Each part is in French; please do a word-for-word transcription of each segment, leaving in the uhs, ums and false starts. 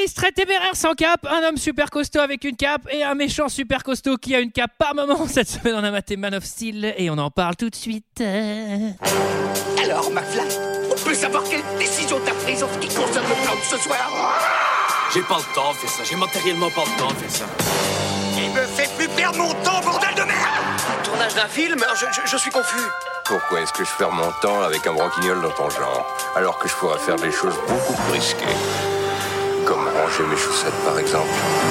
Journaliste très téméraire sans cap, un homme super costaud avec une cape et un méchant super costaud qui a une cape par moment. Cette semaine, on a maté Man of Steel et on en parle tout de suite. Alors, McFly, on peut savoir quelle décision t'as prise en ce qui concerne le plan de ce soir? J'ai pas le temps de faire ça, j'ai matériellement pas le temps de faire ça. Il me fait plus perdre mon temps, bordel de merde! Tournage d'un film? je, je, je suis confus. Pourquoi est-ce que je perds mon temps avec un branquignol dans ton genre, alors que je pourrais faire des choses beaucoup plus risquées? Comme ranger mes chaussettes, par exemple.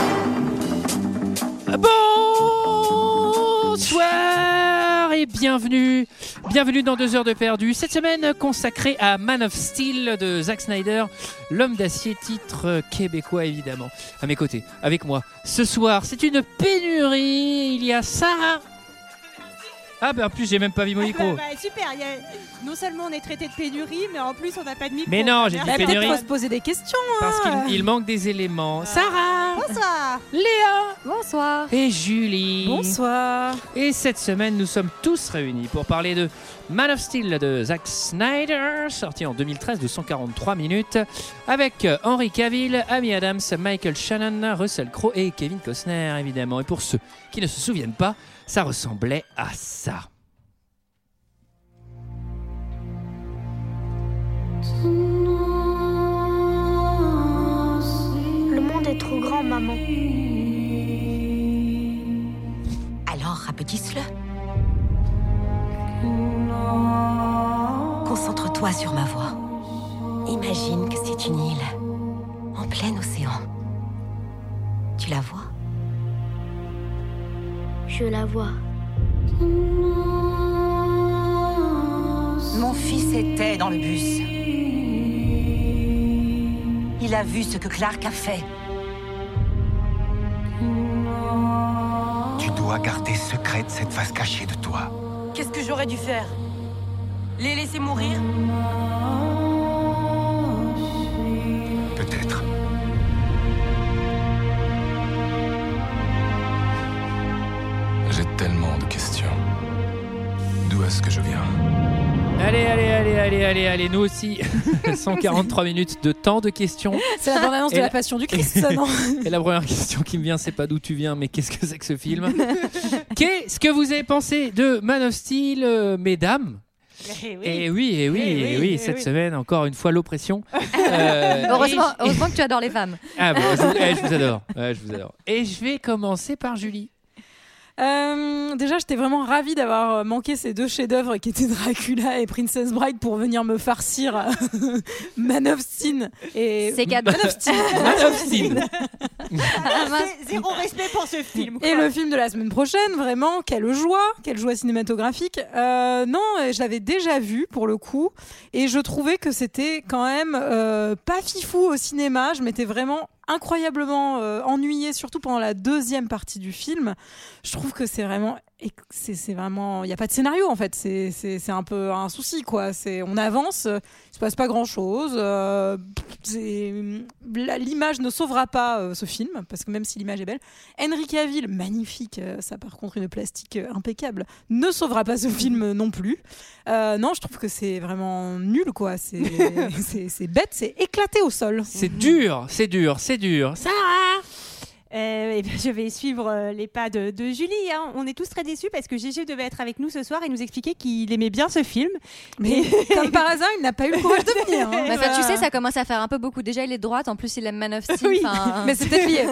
Bonsoir et bienvenue. Bienvenue dans deux heures de perdu. Cette semaine consacrée à Man of Steel de Zack Snyder, l'homme d'acier, titre québécois évidemment. À mes côtés, avec moi, ce soir, c'est une pénurie. Il y a Sarah. Ah ben en plus j'ai même pas vu mon micro. bah, bah, super, y a... non seulement on est traité de pénurie, mais en plus on n'a pas de micro. Mais non, j'ai dit bah, pénurie. Peut-être faut se poser des questions. Parce hein. qu'il il manque des éléments. Ah. Sarah. Bonsoir. Léa. Bonsoir. Et Julie. Bonsoir. Et cette semaine, nous sommes tous réunis pour parler de Man of Steel de Zack Snyder, sorti en deux mille treize de cent quarante-trois minutes, avec Henry Cavill, Amy Adams, Michael Shannon, Russell Crowe et Kevin Costner, évidemment. Et pour ceux qui ne se souviennent pas, ça ressemblait à ça. Le monde est trop grand, maman. Alors, rapetisse-le. Concentre-toi sur ma voix. Imagine que c'est une île en plein océan. Tu la vois? Je la vois. Mon fils était dans le bus. Il a vu ce que Clark a fait. Tu dois garder secrète cette face cachée de toi. Qu'est-ce que j'aurais dû faire? Les laisser mourir? Peut-être. J'ai tellement de questions. D'où est-ce que je viens? Allez, allez, allez, allez, allez, allez, nous aussi. cent quarante-trois minutes de temps de questions. C'est la bande-annonce de Et la la- Passion du Christ, ça, non? Et la première question qui me vient, c'est pas d'où tu viens, mais qu'est-ce que c'est que ce film? Qu'est-ce que vous avez pensé de Man of Steel, euh, mesdames? Eh oui. Et oui, et oui, Eh et oui, oui, eh cette oui. semaine, encore une fois, l'oppression. Euh, Heureusement, et je- heureusement que tu adores les femmes. Ah bon, je, vous- eh, je vous adore. Ouais, je vous adore. Et je vais commencer par Julie. Euh, déjà, j'étais vraiment ravie d'avoir manqué ces deux chefs-d'œuvre qui étaient Dracula et Princess Bride pour venir me farcir Man of Steel et C'est cadeau. Man of Steel. Man of Steel. Ah, mince. Zéro respect pour ce film. Et le film de la semaine prochaine, vraiment, quelle joie, quelle joie cinématographique. Euh, non, je l'avais déjà vu pour le coup, et je trouvais que c'était quand même euh, pas fifou au cinéma. Je m'étais vraiment incroyablement euh, ennuyée, surtout pendant la deuxième partie du film. Je trouve que c'est vraiment, c'est, c'est vraiment, il y a pas de scénario en fait. C'est, c'est, c'est un peu un souci quoi. C'est, on avance, euh, il se passe pas grand chose. Euh, c'est, la, l'image ne sauvera pas euh, ce film parce que même si l'image est belle, Henry Cavill, magnifique, euh, ça par contre une plastique euh, impeccable, ne sauvera pas ce film non plus. Euh, non, je trouve que c'est vraiment nul quoi. C'est, c'est, c'est bête, c'est éclaté au sol. C'est dur, c'est dur, c'est dur. Sarah. Euh, eh bien, je vais suivre euh, les pas de, de Julie. Hein. On est tous très déçus parce que Gégé devait être avec nous ce soir et nous expliquer qu'il aimait bien ce film. Mais comme par hasard, il n'a pas eu le courage de venir. Hein. Bah, enfin, tu sais, ça commence à faire un peu beaucoup. Déjà, il est de droite, en plus, il aime Man of Steel. Oui. enfin, Mais c'est peut-être lié.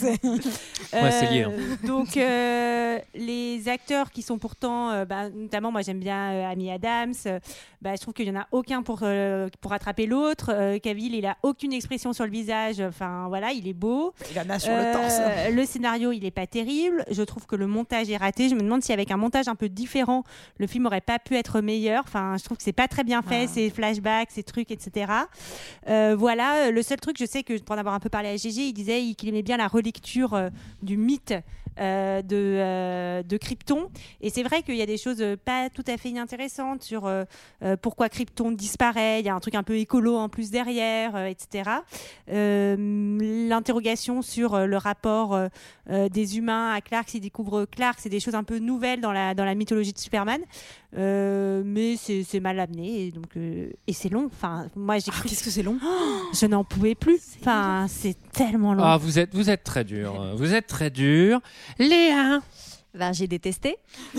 Ouais, c'est lié, hein. Donc, euh, les acteurs qui sont pourtant, euh, bah, notamment, moi j'aime bien euh, Amy Adams. Euh, bah, je trouve qu'il y en a aucun pour euh, pour attraper l'autre. Euh, Cavill, il a aucune expression sur le visage. Enfin, voilà, il est beau. Il en a sur Euh, le torse. le scénario, il est pas terrible. Je trouve que le montage est raté. Je me demande si avec un montage un peu différent, le film aurait pas pu être meilleur. Enfin, je trouve que c'est pas très bien fait, Ah. ces flashbacks, ces trucs, et cetera. Euh, voilà, le seul truc, je sais que pour en avoir un peu parlé à Gégé, il disait qu'il aimait bien la relecture euh, du mythe euh, de, euh, de Krypton. Et c'est vrai qu'il y a des choses euh, pas tout à fait inintéressantes sur euh, euh, pourquoi Krypton disparaît. Il y a un truc un peu écolo en plus derrière, euh, et cetera. Euh, l'interrogation sur euh, le rapport euh, euh, des humains à Clark, s'ils découvrent Clark, c'est des choses un peu nouvelles dans la, dans la mythologie de Superman. Euh, mais c'est, c'est mal amené et, donc, euh, et c'est long. Enfin, moi, j'ai Ah, cru... qu'est-ce que c'est long. Je n'en pouvais plus. Enfin, c'est tellement long. Ah, vous êtes, vous êtes très dur. Vous êtes très dur. Léa. Ben, j'ai détesté.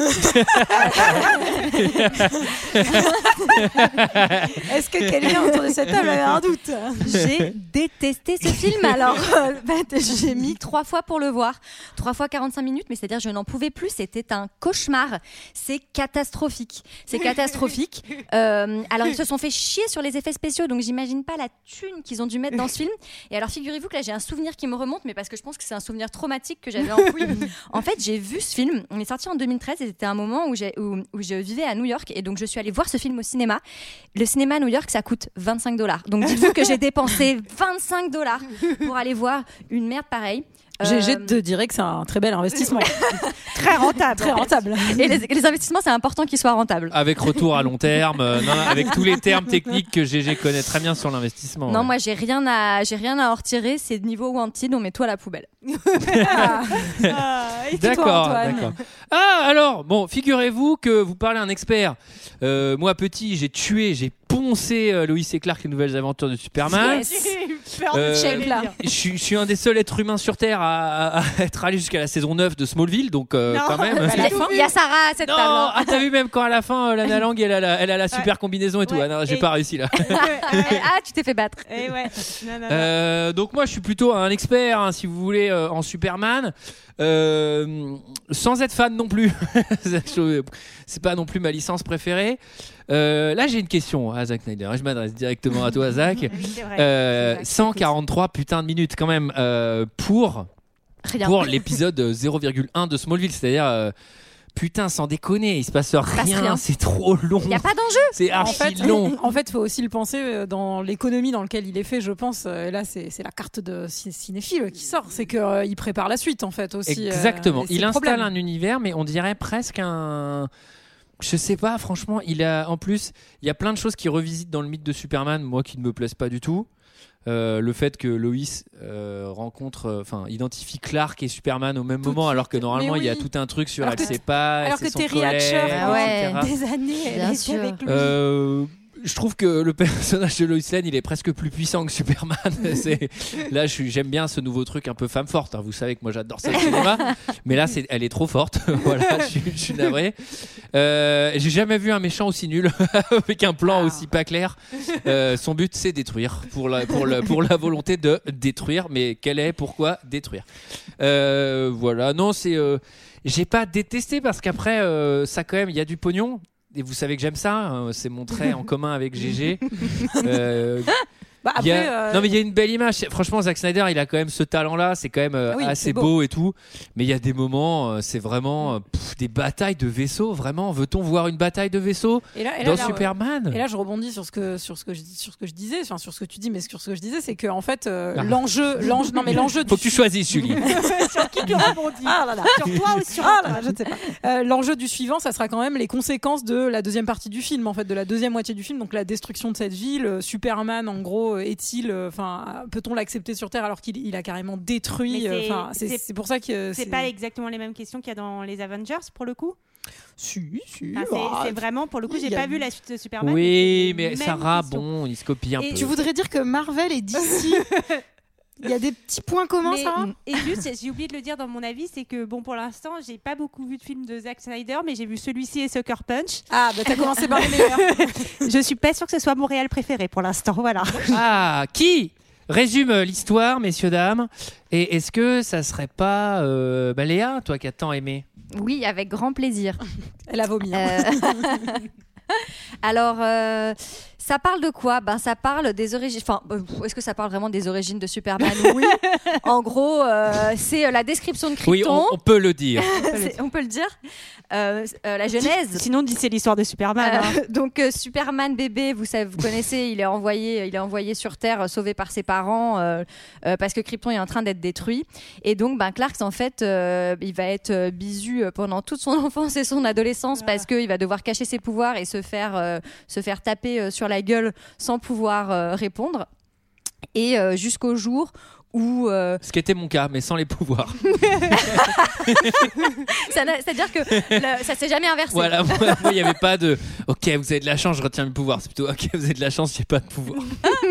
Est-ce que quelqu'un autour de cette table avait un doute? J'ai détesté ce film. Alors, euh, bah, j'ai mis trois fois pour le voir. Trois fois quarante-cinq minutes, mais c'est-à-dire je n'en pouvais plus. C'était un cauchemar. C'est catastrophique. C'est catastrophique. Euh, alors, ils se sont fait chier sur les effets spéciaux, donc j'imagine pas la thune qu'ils ont dû mettre dans ce film. Et alors, figurez-vous que là, j'ai un souvenir qui me remonte, mais parce que je pense que c'est un souvenir traumatique que j'avais enfoui. En fait, j'ai vu ce film. On est sorti en deux mille treize et c'était un moment où, j'ai, où, où je vivais à New York et donc je suis allée voir ce film au cinéma. Le cinéma à New York, ça coûte vingt-cinq dollars. Donc dites-vous que j'ai dépensé vingt-cinq dollars pour aller voir une merde pareille. G G te dirait que c'est un très bel investissement. Très rentable. Très rentable. Et les, les investissements, c'est important qu'ils soient rentables. Avec retour à long terme, euh, non, non, avec tous les termes techniques que G G connaît très bien sur l'investissement. Non, ouais. moi, j'ai rien à, j'ai rien à en retirer. C'est niveau Wanted, on met tout à la poubelle. Ah. Ah, et D'accord, toi, Antoine d'accord. Ah, alors, bon, figurez-vous que vous parlez à un expert. Euh, moi, petit, j'ai tué, j'ai poncé euh, Lois et Clark, les nouvelles aventures de Superman. Euh, je, suis, je suis un des seuls êtres humains sur Terre à, à, à être allé jusqu'à la saison neuf de Smallville, donc euh, Non, quand même. Il y, a, il y a Sarah à cette Non, table. hein. ah, t'as vu même quand à la fin, euh, Lana Lang, elle a la, elle a la super combinaison et tout. Ouais. Ah, non, j'ai Et- pas réussi là. Ah, tu t'es fait battre. Et ouais. Non, non, non. Euh, donc moi je suis plutôt un expert hein, si vous voulez euh, en Superman euh, sans être fan non plus. C'est pas non plus ma licence préférée. Euh, là j'ai une question à Zack Snyder, je m'adresse directement à toi Zack. C'est vrai. euh, C'est vrai. cent quarante-trois putains de minutes quand même euh, pour, Rien. pour l'épisode zéro virgule un de Smallville, c'est-à-dire euh, putain sans déconner il se passe rien, rien. c'est trop long, Il n'y a pas d'enjeu. c'est En archi fait, long. en fait, faut aussi le penser euh, dans l'économie dans laquelle il est fait, je pense. Euh, Et là, c'est c'est la carte de ci- cinéphile qui sort. C'est qu'il euh, il prépare la suite, en fait, aussi. euh, Exactement. et c'est Il le installe problème. un univers, mais on dirait presque un. Je sais pas, franchement, il a. En plus, il y a plein de choses qui revisitent dans le mythe de Superman, moi qui ne me plaisent pas du tout. Euh, le fait que Lois euh, rencontre, enfin, identifie Clark et Superman au même Tout moment, de alors que suite. normalement Mais il y a oui. tout un truc sur Alors elle que sait t- pas, alors c'est que son Terry collègue, Hatcher, Ah ouais. et cetera. Des années, elle Bien a été sûr. avec lui. Euh, je trouve que le personnage de Lois Lane il est presque plus puissant que Superman. C'est... Là je suis... j'aime bien ce nouveau truc un peu femme forte hein. Vous savez que moi j'adore ça le cinéma, mais là c'est... elle est trop forte. Voilà, je suis, je suis navré. Euh, j'ai jamais vu un méchant aussi nul avec un plan aussi pas clair. Euh, son but c'est détruire pour la, pour, la, pour la volonté de détruire, mais quel est, pourquoi détruire. Euh, voilà, non c'est euh... j'ai pas détesté parce qu'après euh, ça quand même il y a du pognon. Et vous savez que j'aime ça, hein, c'est mon trait en commun avec G G. Euh, Bah, il y après, a- euh, Non mais il y a une belle image. Franchement, Zack Snyder, il a quand même ce talent-là. C'est quand même euh, Oui, assez c'est beau. beau. et tout. Mais il y a des moments, euh, c'est vraiment euh, pff, des batailles de vaisseaux. Vraiment, veut-on voir une bataille de vaisseaux et là, et là, dans là, Superman Et là, je rebondis sur ce que sur ce que je sur ce que je disais, enfin sur ce que tu dis, mais sur ce que je disais, c'est que en fait, euh, Ah. l'enjeu, l'enjeu, non mais l'enjeu. Faut que tu choisisses, Julie. Sur qui tu rebondis Ah là là. Sur toi ou sur Ah Antoine là, je ne sais pas. Euh, l'enjeu du suivant, ça sera quand même les conséquences de la deuxième partie du film, en fait, de la deuxième moitié du film, donc la destruction de cette ville. Euh, Superman, en gros, euh, est-il, enfin, euh, peut-on l'accepter sur Terre alors qu'il il a carrément détruit. Mais c'est- Enfin, c'est c'est- c'est pour ça que C'est pas exactement les mêmes questions qu'il y a dans les Avengers pour le coup. Si, si. Enfin, c'est- bah, c'est vraiment pour le coup, il j'ai y a- pas vu la suite de Superman. Oui, mais mais c'est les Sarah, mêmes questions. bon, il se copie un Et peu. Tu voudrais dire que Marvel et D C, il y a des petits points communs, Mais- Sarah Et juste, j'ai oublié de le dire dans mon avis, c'est que bon, pour l'instant, j'ai pas beaucoup vu de films de Zack Snyder, mais j'ai vu celui-ci et Sucker Punch. Ah, bah t'as commencé par les meilleurs. Je suis pas sûre que ce soit mon réel préféré pour l'instant, voilà. Ah, qui résume l'histoire, messieurs dames. Et est-ce que ça serait pas euh, bah, Léa, toi qui as tant aimé? Oui, avec grand plaisir. Elle a vomi. hein. Euh, Alors, euh, ça parle de quoi? Ben, ça parle des origines. Enfin, euh, est-ce que ça parle vraiment des origines de Superman? Oui. En gros, euh, c'est euh, la description de Krypton. Oui, on, on peut le dire. C'est- on peut le dire. Euh, euh, la genèse. Sinon, dis c'est l'histoire de Superman. Euh, hein. donc euh, Superman bébé, vous savez, vous connaissez, il est envoyé, il est envoyé sur Terre, euh, sauvé par ses parents euh, euh, parce que Krypton est en train d'être détruit. Et donc, ben Clark, en fait, euh, il va être euh, bisu euh, pendant toute son enfance et son adolescence parce qu'il va devoir cacher ses pouvoirs et se faire euh, se faire taper euh, sur la gueule sans pouvoir euh, répondre. et euh, jusqu'au jour où euh... ce qui était mon cas, mais sans les pouvoirs. ça c'est-à-dire que le, ça s'est jamais inversé. Voilà, moi il n'y avait pas de ok vous avez de la chance je retiens le pouvoir, c'est plutôt ok vous avez de la chance j'ai pas de pouvoir.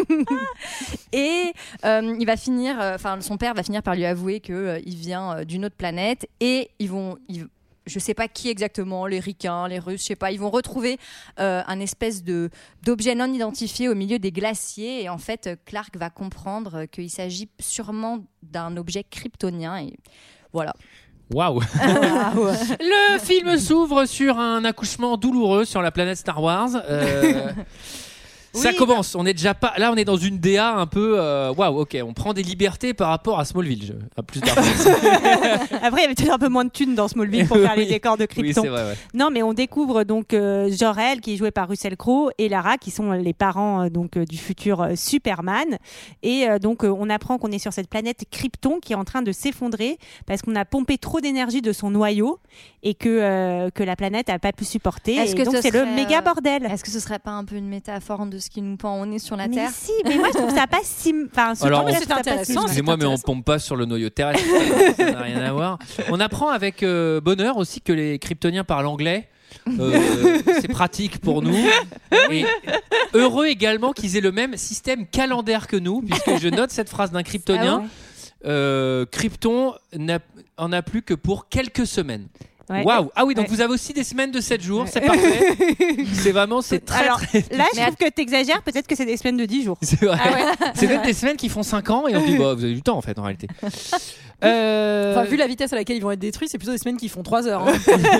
Et euh, il va finir, enfin euh, son père va finir par lui avouer que euh, il vient euh, d'une autre planète et ils vont ils, je sais pas qui exactement, les Ricains, les Russes, je sais pas, ils vont retrouver euh, un espèce de d'objet non identifié au milieu des glaciers et en fait Clark va comprendre qu'il s'agit sûrement d'un objet kryptonien et voilà. Waouh. Le film s'ouvre sur un accouchement douloureux sur la planète Star Wars. Euh... Oui, ça commence, on est déjà pas là, on est dans une D A un peu waouh, wow, ok, on prend des libertés par rapport à Smallville, je... à plus d'argent. Après, il y avait peut-être un peu moins de thunes dans Smallville pour faire oui. les décors de Krypton. Oui, c'est vrai, ouais. Non, mais on découvre donc euh, Jor-El qui est joué par Russell Crowe et Lara qui sont les parents euh, donc euh, du futur euh, Superman et euh, donc euh, on apprend qu'on est sur cette planète Krypton qui est en train de s'effondrer parce qu'on a pompé trop d'énergie de son noyau et que euh, que la planète a pas pu supporter. Est-ce et que donc c'est serait, le méga bordel. Est-ce que ce serait pas un peu une métaphore de ce qui nous pend au nez sur la mais Terre? Si, mais moi je trouve ça pas si. Enfin, alors, on... c'est intéressant. Excusez-moi, mais on pompe pas sur le noyau terrestre. Ça n'a rien à voir. On apprend avec euh, bonheur aussi que les Kryptoniens parlent anglais. Euh, c'est pratique pour nous. Et heureux également qu'ils aient le même système calendaire que nous, puisque je note cette phrase d'un Kryptonien. Ah ouais. euh, Krypton n'a, en a plus que pour quelques semaines. Waouh! Wow. Ah oui, donc ouais. vous avez aussi des semaines de sept jours, c'est parfait. C'est vraiment, c'est très, Alors, très... Là, je trouve que t'exagères, peut-être que c'est des semaines de dix jours. C'est vrai. Ah ouais. C'est peut-être des semaines qui font cinq ans et on se dit, bah, vous avez du temps en fait, en réalité. Euh... Enfin, vu la vitesse à laquelle ils vont être détruits, c'est plutôt des semaines qui font trois heures. Hein.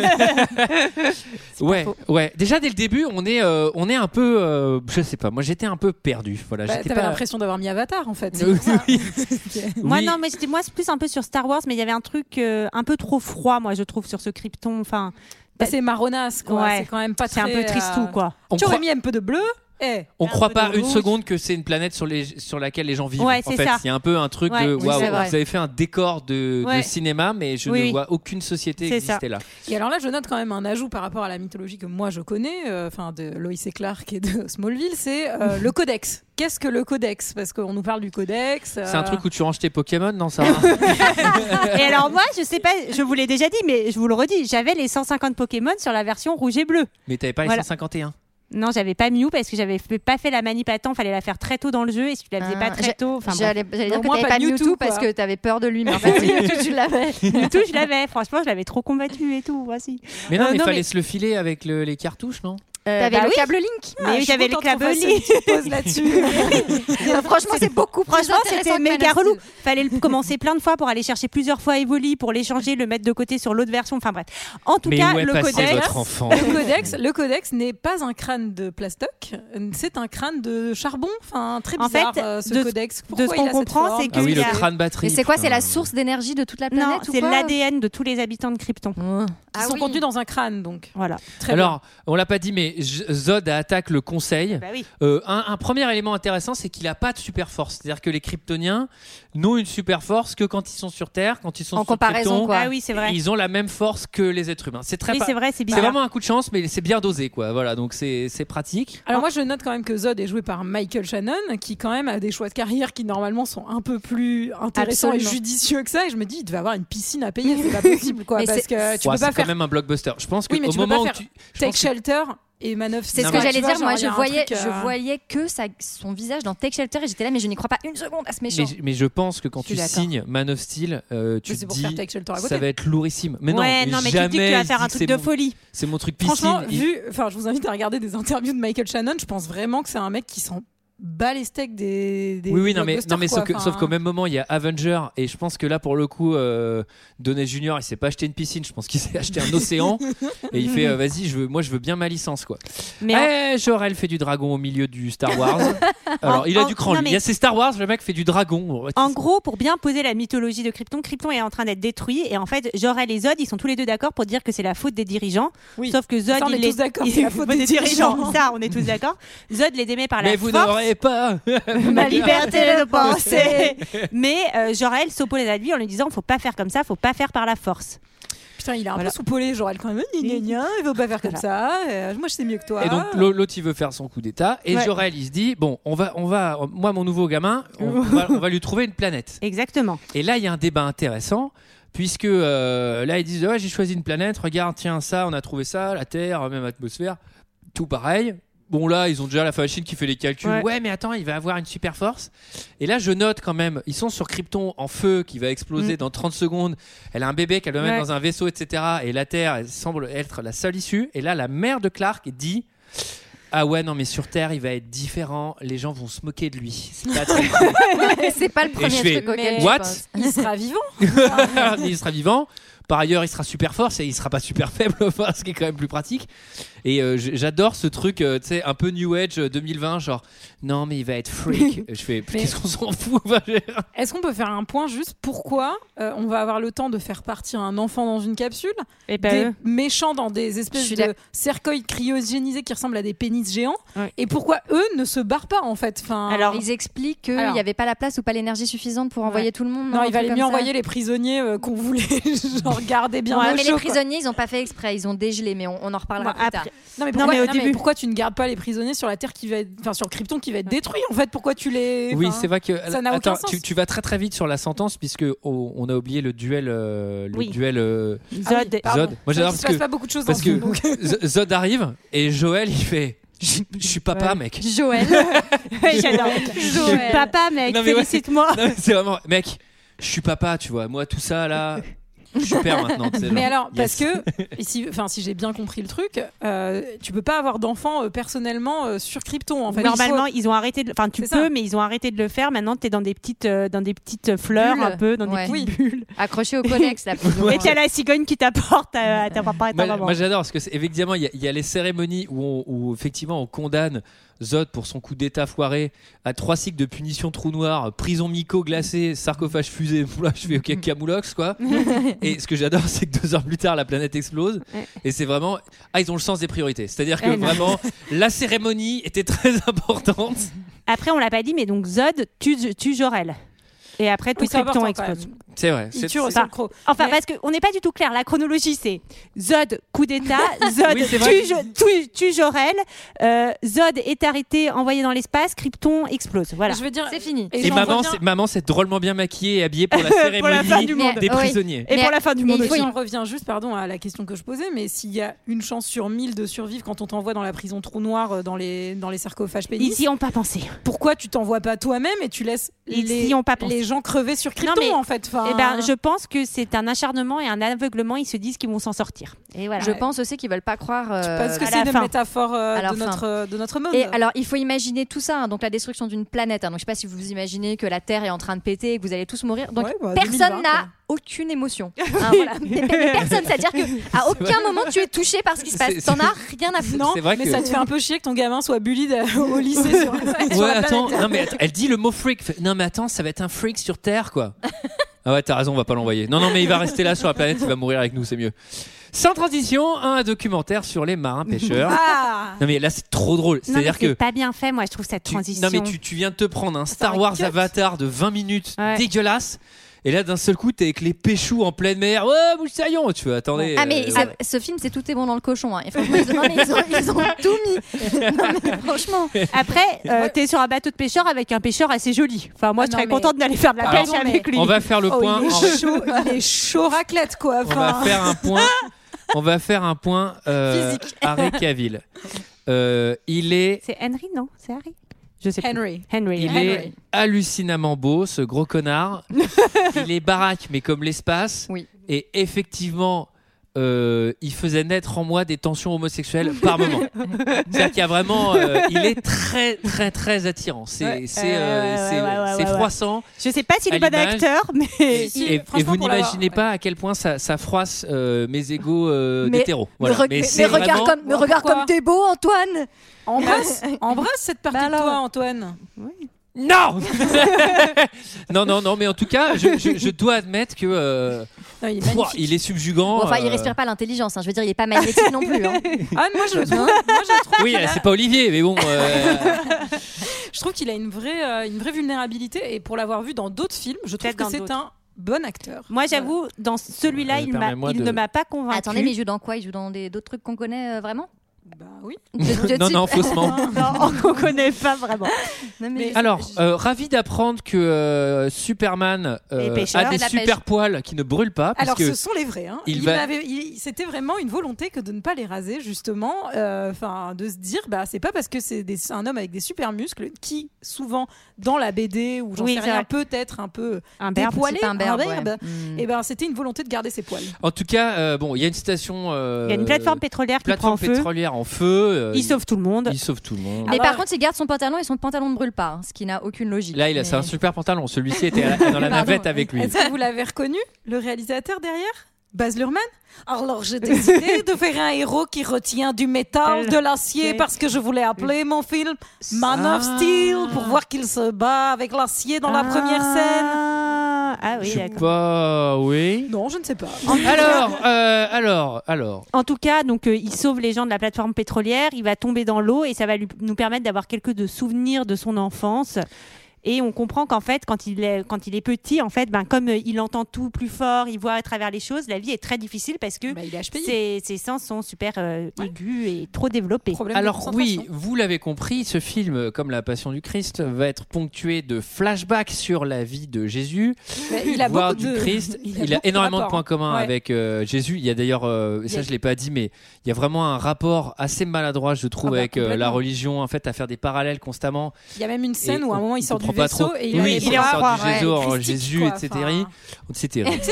ouais, ouais. Déjà dès le début, on est, euh, on est un peu, euh, je sais pas. Moi, j'étais un peu perdu. Voilà. Bah, j'étais t'avais pas... l'impression d'avoir mis Avatar, en fait. Oui. Moi, oui. non, mais j'étais moi c'est plus un peu sur Star Wars, mais il y avait un truc euh, un peu trop froid, moi, je trouve, sur ce Krypton. Enfin, bah, c'est marronasse, quoi. Ouais. C'est quand même pas c'est très. C'est un peu tristou, euh... quoi. On tu croit... aurais mis un peu de bleu. Eh, on croit pas une seconde que c'est une planète sur, les, sur laquelle les gens vivent. Ouais, en fait, il y a un peu un truc ouais, de oui, waouh, wow, vous avez fait un décor de, ouais. de cinéma, mais je oui, ne oui. vois aucune société c'est exister ça. là. Et alors là, je note quand même un ajout par rapport à la mythologie que moi je connais, enfin euh, de Lois et Clark et de Smallville, c'est euh, le codex. Qu'est-ce que le codex? Parce qu'on nous parle du codex. Euh... C'est un truc où tu ranges tes Pokémon, non ça? Et alors moi, je sais pas, je vous l'ai déjà dit, mais je vous le redis, j'avais les cent cinquante Pokémon sur la version rouge et bleu. Mais t'avais pas voilà. les cent cinquante et un? Non, j'avais pas Mew parce que j'avais pas fait la manip à temps, fallait la faire très tôt dans le jeu et si tu la faisais pas très tôt, enfin j'allais, j'allais dire au que moins t'avais pas pas Mewtwo, Mewtwo parce que t'avais peur de lui, mais en fait Mewtwo tu l'avais. Mewtwo je l'avais, franchement je l'avais trop combattu et tout, voici. Mais non, euh, mais non, fallait mais... se le filer avec le, les cartouches, non? Euh, t'avais bah le oui. câble Link. Mais ah, j'avais le câble Link. Pose là-dessus. euh, franchement, c'est beaucoup plus Franchement, c'était méga relou. Steel. Fallait le commencer plein de fois pour aller chercher plusieurs fois Evoli pour l'échanger, le mettre de côté sur l'autre version. Enfin bref. En tout mais cas, où est le passé codex, votre enfant le codex, le codex n'est pas un crâne de plastoc, c'est un crâne de charbon. Enfin, très bizarre. En fait, euh, ce de, codex. de ce qu'on comprend, c'est que ah oui, le a... crâne batterie. Et c'est quoi? C'est la source d'énergie de toute la planète? Non, ou c'est quoi l'A D N de tous les habitants de Krypton. Mmh. Ils ah sont oui. contenus dans un crâne, donc. Voilà. Très Alors, bien. on l'a pas dit, mais Zod attaque le Conseil. Bah oui. euh, un, un premier élément intéressant, c'est qu'il a pas de super force. C'est-à-dire que les Kryptoniens n'ont une super force que quand ils sont sur Terre, quand ils sont en sur comparaison, Krypton. quoi. Ah oui, c'est vrai. Ils ont la même force que les êtres humains. C'est très. Oui, pa- c'est vrai, c'est C'est bizarre. vraiment un coup de chance, mais c'est bien dosé, quoi. Voilà, donc c'est c'est pratique. Alors moi je note quand même que Zod est joué par Michael Shannon qui quand même a des choix de carrière qui normalement sont un peu plus intéressants Absolument. et judicieux que ça et je me dis il devait avoir une piscine à payer, c'est pas possible quoi Mais parce c'est... que tu ouais, peux c'est pas quand faire même un blockbuster. Je pense que oui, mais au tu peux moment pas où faire tu je Take pense que- Shelter et Man of C'est Steel. ce que Tu j'allais vois, dire. Moi, genre, il y je a un voyais, truc, euh, je voyais que ça, son visage dans Take Shelter et j'étais là, mais je n'y crois pas une seconde à ce méchant. Mais, mais je pense que quand Je suis tu d'accord. signes Man of Steel, euh, tu Mais te c'est pour dis faire Take Shelter à côté. ça va être lourissime. Mais non, ouais, mais non, mais jamais tu te dis que tu vas je faire dis un que truc c'est de mon- folie. C'est mon truc piscine. Franchement, Il- vu, enfin, je vous invite à regarder des interviews de Michael Shannon. Je pense vraiment que c'est un mec qui s'en bat les steaks des. des Oui, oui, des non, mais, blockbusters, non, mais quoi. sauf, que- Enfin, sauf qu'au même moment, il y a Avenger, et je pense que là, pour le coup, euh, Downey Junior, il s'est pas acheté une piscine, je pense qu'il s'est acheté un océan, et il fait, euh, vas-y, je veux, moi, je veux bien ma licence, quoi. Mais Eh, Jor-El fait du dragon au milieu du Star Wars. Alors, En- il a en- du cran, non, lui. mais- Il y a ses Star Wars, le mec fait du dragon. En gros, pour bien poser la mythologie de Krypton, Krypton est en train d'être détruit et en fait, Jor-El et Zod, ils sont tous les deux d'accord pour dire que c'est la faute des dirigeants. Oui. Sauf que Zod, Ça, on est il tous d'accord, il- c'est la faute des dirigeants. Ça, on est tous d'accord. Zod les démet par la Mais vous force. n'aurez pas Ma liberté de penser. Mais euh, Jor-El s'oppose à lui en lui disant faut pas faire comme ça, faut pas faire par la force. Enfin, il est un Voilà. peu soupolé, genre elle quand même, gna, gna, gna, il veut pas faire comme Voilà. ça. euh, moi, je sais mieux que toi. Et donc l'autre il veut faire son coup d'état et Ouais. Jor-El il se dit bon on va on va moi mon nouveau gamin on, on va, on va lui trouver une planète. Exactement. Et là il y a un débat intéressant puisque euh, là ils disent ouais j'ai choisi une planète, regarde tiens ça on a trouvé ça, la Terre même atmosphère tout pareil. Bon là ils ont déjà la machine qui fait les calculs, ouais. ouais mais attends il va avoir une super force. Et là je note quand même ils sont sur Krypton en feu qui va exploser mm. dans trente secondes, elle a un bébé qu'elle doit ouais. mettre dans un vaisseau etc. Et la Terre elle semble être la seule issue. Et là la mère de Clark dit ah ouais non mais sur Terre il va être différent, les gens vont se moquer de lui, c'est pas très c'est pas le premier fais, truc auquel what il sera vivant. Il sera vivant. Par ailleurs, il sera super fort, et il sera pas super faible, enfin, ce qui est quand même plus pratique. Et euh, j'adore ce truc, euh, tu sais, un peu New Age deux mille vingt, genre non mais il va être freak. Je fais, mais qu'est-ce qu'on s'en fout. Est-ce qu'on peut faire un point juste pourquoi euh, on va avoir le temps de faire partir un enfant dans une capsule, et ben des eux. méchants dans des espèces de cercueils cryogénisés qui ressemblent à des pénis géants, ouais. et pourquoi eux ne se barrent pas en fait. Enfin, alors ils expliquent qu'il n'y avait pas la place ou pas l'énergie suffisante pour envoyer ouais. tout le monde. Non, non il valait mieux envoyer les prisonniers euh, qu'on voulait genre garder bien. Ouais, au mais chaud, les prisonniers, quoi. Ils n'ont pas fait exprès, ils ont dégelé, mais on, on en reparlera bon, plus après... tard. Non mais, pourquoi, non, mais, au non, début... mais pourquoi tu ne gardes pas les prisonniers sur la Terre qui va être, enfin sur Krypton qui va être détruit en fait? Pourquoi tu les? Oui, enfin, c'est vrai que ça n'a attends, aucun sens. Tu, tu vas très très vite sur la sentence puisque on, on a oublié le duel, euh, le oui. duel euh... Zod. Ah oui, Zod. Moi j'adore parce parce que pas beaucoup de choses parce dans que film, donc... Zod arrive et Joël il fait. Je suis papa, ouais. mec. Joël. J'adore. Joël. Papa, mec. Non, mais félicite-moi. Ouais. Non, c'est vraiment, mec. Je suis papa, tu vois. Moi, tout ça là. Je suis père maintenant. Mais genre, alors, yes. parce que, si, si j'ai bien compris le truc, euh, tu peux pas avoir d'enfants euh, personnellement euh, sur Krypton. En fait. Normalement, il faut... ils ont arrêté. De... Enfin, tu c'est peux, ça. mais ils ont arrêté de le faire. Maintenant, t'es dans des petites, euh, dans des petites fleurs, bulles. un peu, dans ouais. des petites oui. bulles. Accroché au connex, là. Et tu as la cigogne qui t'apporte à, à ta papa et ta moi, maman. moi, j'adore parce que c'est, effectivement, il y, y a les cérémonies où, on, où effectivement on condamne Zod pour son coup d'état foiré à trois cycles de punition trou noir, prison Miko glacée, sarcophage fusée. Là, je fais ok, Camoulox quoi. Et ce que j'adore, c'est que deux heures plus tard, la planète explose. Et c'est vraiment ah ils ont le sens des priorités. C'est-à-dire que eh vraiment la cérémonie était très importante. Après, on l'a pas dit, mais donc Zod tue, tue Jor-El. Et après, tout oui, Krypton explose. C'est vrai. Il c'est, tue c'est... Russell Crowe. Enfin, mais... parce qu'on n'est pas du tout clair. La chronologie, c'est Zod, coup d'état, Zod oui, tue, tue, tue Jor-El, euh, Zod est arrêté, envoyé dans l'espace, Krypton explose. Voilà. Je veux dire, c'est fini. Et, et maman, c'est, maman, c'est drôlement bien maquillée et habillée pour la cérémonie pour la fin du monde. des oui. prisonniers. Et mais pour la fin du monde. Et on revient juste, pardon, à la question que je posais, mais s'il y a une chance sur mille de survivre quand on t'envoie dans la prison trou noir dans les dans les sarcophages pénis, ils y ont pas pensé. Pourquoi tu t'envoies pas toi-même et tu laisses les, ont pas pensé. les gens crever sur Krypton non, mais, en fait. Eh ben, je pense que c'est un acharnement et un aveuglement. Ils se disent qu'ils vont s'en sortir. Et voilà. Je pense aussi qu'ils veulent pas croire. Euh, parce que c'est une fin. métaphore euh, de notre de notre monde. Et alors, il faut imaginer tout ça. Hein, donc la destruction d'une planète. Hein, donc je sais pas si vous vous imaginez que la Terre est en train de péter et que vous allez tous mourir. Donc ouais, bah, personne deux mille vingt, n'a quoi. Aucune émotion. Hein, voilà. mais, mais personne, c'est-à-dire que à aucun vrai. moment tu es touché par ce qui se passe. C'est, T'en as rien à foutre. Non, c'est vrai mais que... ça te fait un peu chier que ton gamin soit bully au lycée. Sur, ouais, sur la attends. Non mais elle dit le mot freak. Non mais attends, ça va être un freak sur Terre quoi. Ah ouais, t'as raison, on va pas l'envoyer. Non, non, mais il va rester là sur la planète, il va mourir avec nous, c'est mieux. Sans transition, un documentaire sur les marins pêcheurs. Ah non mais là c'est trop drôle. C'est-à-dire non, mais c'est que pas bien fait, moi je trouve cette tu... transition. Non mais tu, tu viens de te prendre un Star un Wars cut. Avatar de vingt minutes ouais. dégueulasse. Et là d'un seul coup t'es avec les péchous en pleine mer. Ouais, moussaillon. Tu veux attendez. Ah mais euh, ça, ce film c'est tout est bon dans le cochon. Hein. Et franchement ils ont, ils, ont, ils ont tout mis. Non mais franchement. Après euh, t'es sur un bateau de pêcheur avec un pêcheur assez joli. Enfin moi ah, je serais non, contente mais... d'aller faire de la Alors, pêche avec lui. On va faire le oh, point. Il est chaud, il est chaud raclette quoi. Enfin... On va faire un point. On va faire un point. Euh, Harry Cavill. Euh, il est. C'est Henry non? C'est Harry. Je sais Henry. Plus. Henry. Il Henry. est hallucinamment beau, ce gros connard. Il est baraque, mais comme l'espace. Oui. Et effectivement, euh, il faisait naître en moi des tensions homosexuelles par moment. C'est-à-dire qu'il y a vraiment, euh, il est très, très, très attirant. C'est, ouais. c'est, euh, ouais, c'est, ouais, ouais, c'est ouais, froissant. Je sais pas s'il est bon acteur, mais et, si, et, et vous n'imaginez pas à quel point ça, ça froisse euh, mes égos euh, mais, d'hétéro. Voilà. Me, re- mais, mais, mais regarde vraiment... comme, me regarde comme t'es beau, Antoine. Embrasse, embrasse cette partie bah de toi, Antoine. Oui. Non Non, non, non, mais en tout cas, je, je, je dois admettre que euh, non, il, est pouah, il est subjugant. Bon, enfin, euh... il respire pas l'intelligence. Hein. Je veux dire, il est pas magnétique non plus. Hein. Ah, moi, je, moi, je trouve. Oui, c'est pas Olivier, mais bon. Euh... je trouve qu'il a une vraie, euh, une vraie vulnérabilité, et pour l'avoir vu dans d'autres films, je trouve Peut-être que c'est d'autres. un bon acteur. Moi, j'avoue, voilà. dans celui-là, euh, il, m'a, il de... ne m'a pas convaincu. Attendez, mais il joue dans quoi ? Il joue dans des, d'autres trucs qu'on connaît euh, vraiment ? Bah oui. non, non, faussement. non, on connaît pas vraiment. Non, mais alors, euh, ravi d'apprendre que euh, Superman euh, a des super poils qui ne brûlent pas. Alors, ce sont les vrais. Hein. Il il va... va... il... C'était vraiment une volonté que de ne pas les raser, justement. Enfin, euh, de se dire, bah, c'est pas parce que c'est des... un homme avec des super muscles qui, souvent, dans la B D ou j'en oui, sais rien, peut-être un peu un dépoilé, un berbe, un berbe. Ouais. Mm. Et ben, c'était une volonté de garder ses poils. En tout cas, euh, bon, il y a une station. Euh... Il y a une plateforme pétrolière qui plateforme prend en feu. pétrolière en feu. Euh, il, il sauve tout le monde. Il sauve tout le monde. Mais Alors, par contre, il garde son pantalon et son pantalon ne brûle pas, hein, ce qui n'a aucune logique. Là, il a, mais... c'est un super pantalon. Celui-ci était dans la navette avec lui. Est-ce que vous l'avez reconnu, le réalisateur derrière ? Baz Luhrmann. Alors j'ai décidé de faire un héros qui retient du métal, de l'acier, parce que je voulais appeler mon film Man ah. of Steel pour voir qu'il se bat avec l'acier dans ah. la première scène. Ah oui, je sais d'accord. pas, oui. Non, je ne sais pas. alors, euh, alors, alors. En tout cas, donc euh, il sauve les gens de la plateforme pétrolière. Il va tomber dans l'eau et ça va lui, nous permettre d'avoir quelques de souvenirs de son enfance. Et on comprend qu'en fait, quand il est, quand il est petit, en fait, ben, comme euh, il entend tout plus fort, il voit à travers les choses, la vie est très difficile parce que bah, ses, ses sens sont super euh, ouais. aigus et trop développés. Problème Alors oui, vous l'avez compris, ce film, comme La Passion du Christ, va être ponctué de flashbacks sur la vie de Jésus, mais il a voire beaucoup du de... Christ. Il a, il a énormément de, de points communs ouais. avec euh, Jésus. Il y a d'ailleurs, euh, ça a... je l'ai pas dit, mais il y a vraiment un rapport assez maladroit, je trouve, ah bah, avec euh, la religion, en fait, à faire des parallèles constamment. Il y a même une scène où à un moment il sort du vaisseau et il oui, il est en croire, Jésus, ouais, en Jésus, et cetera, et cetera, et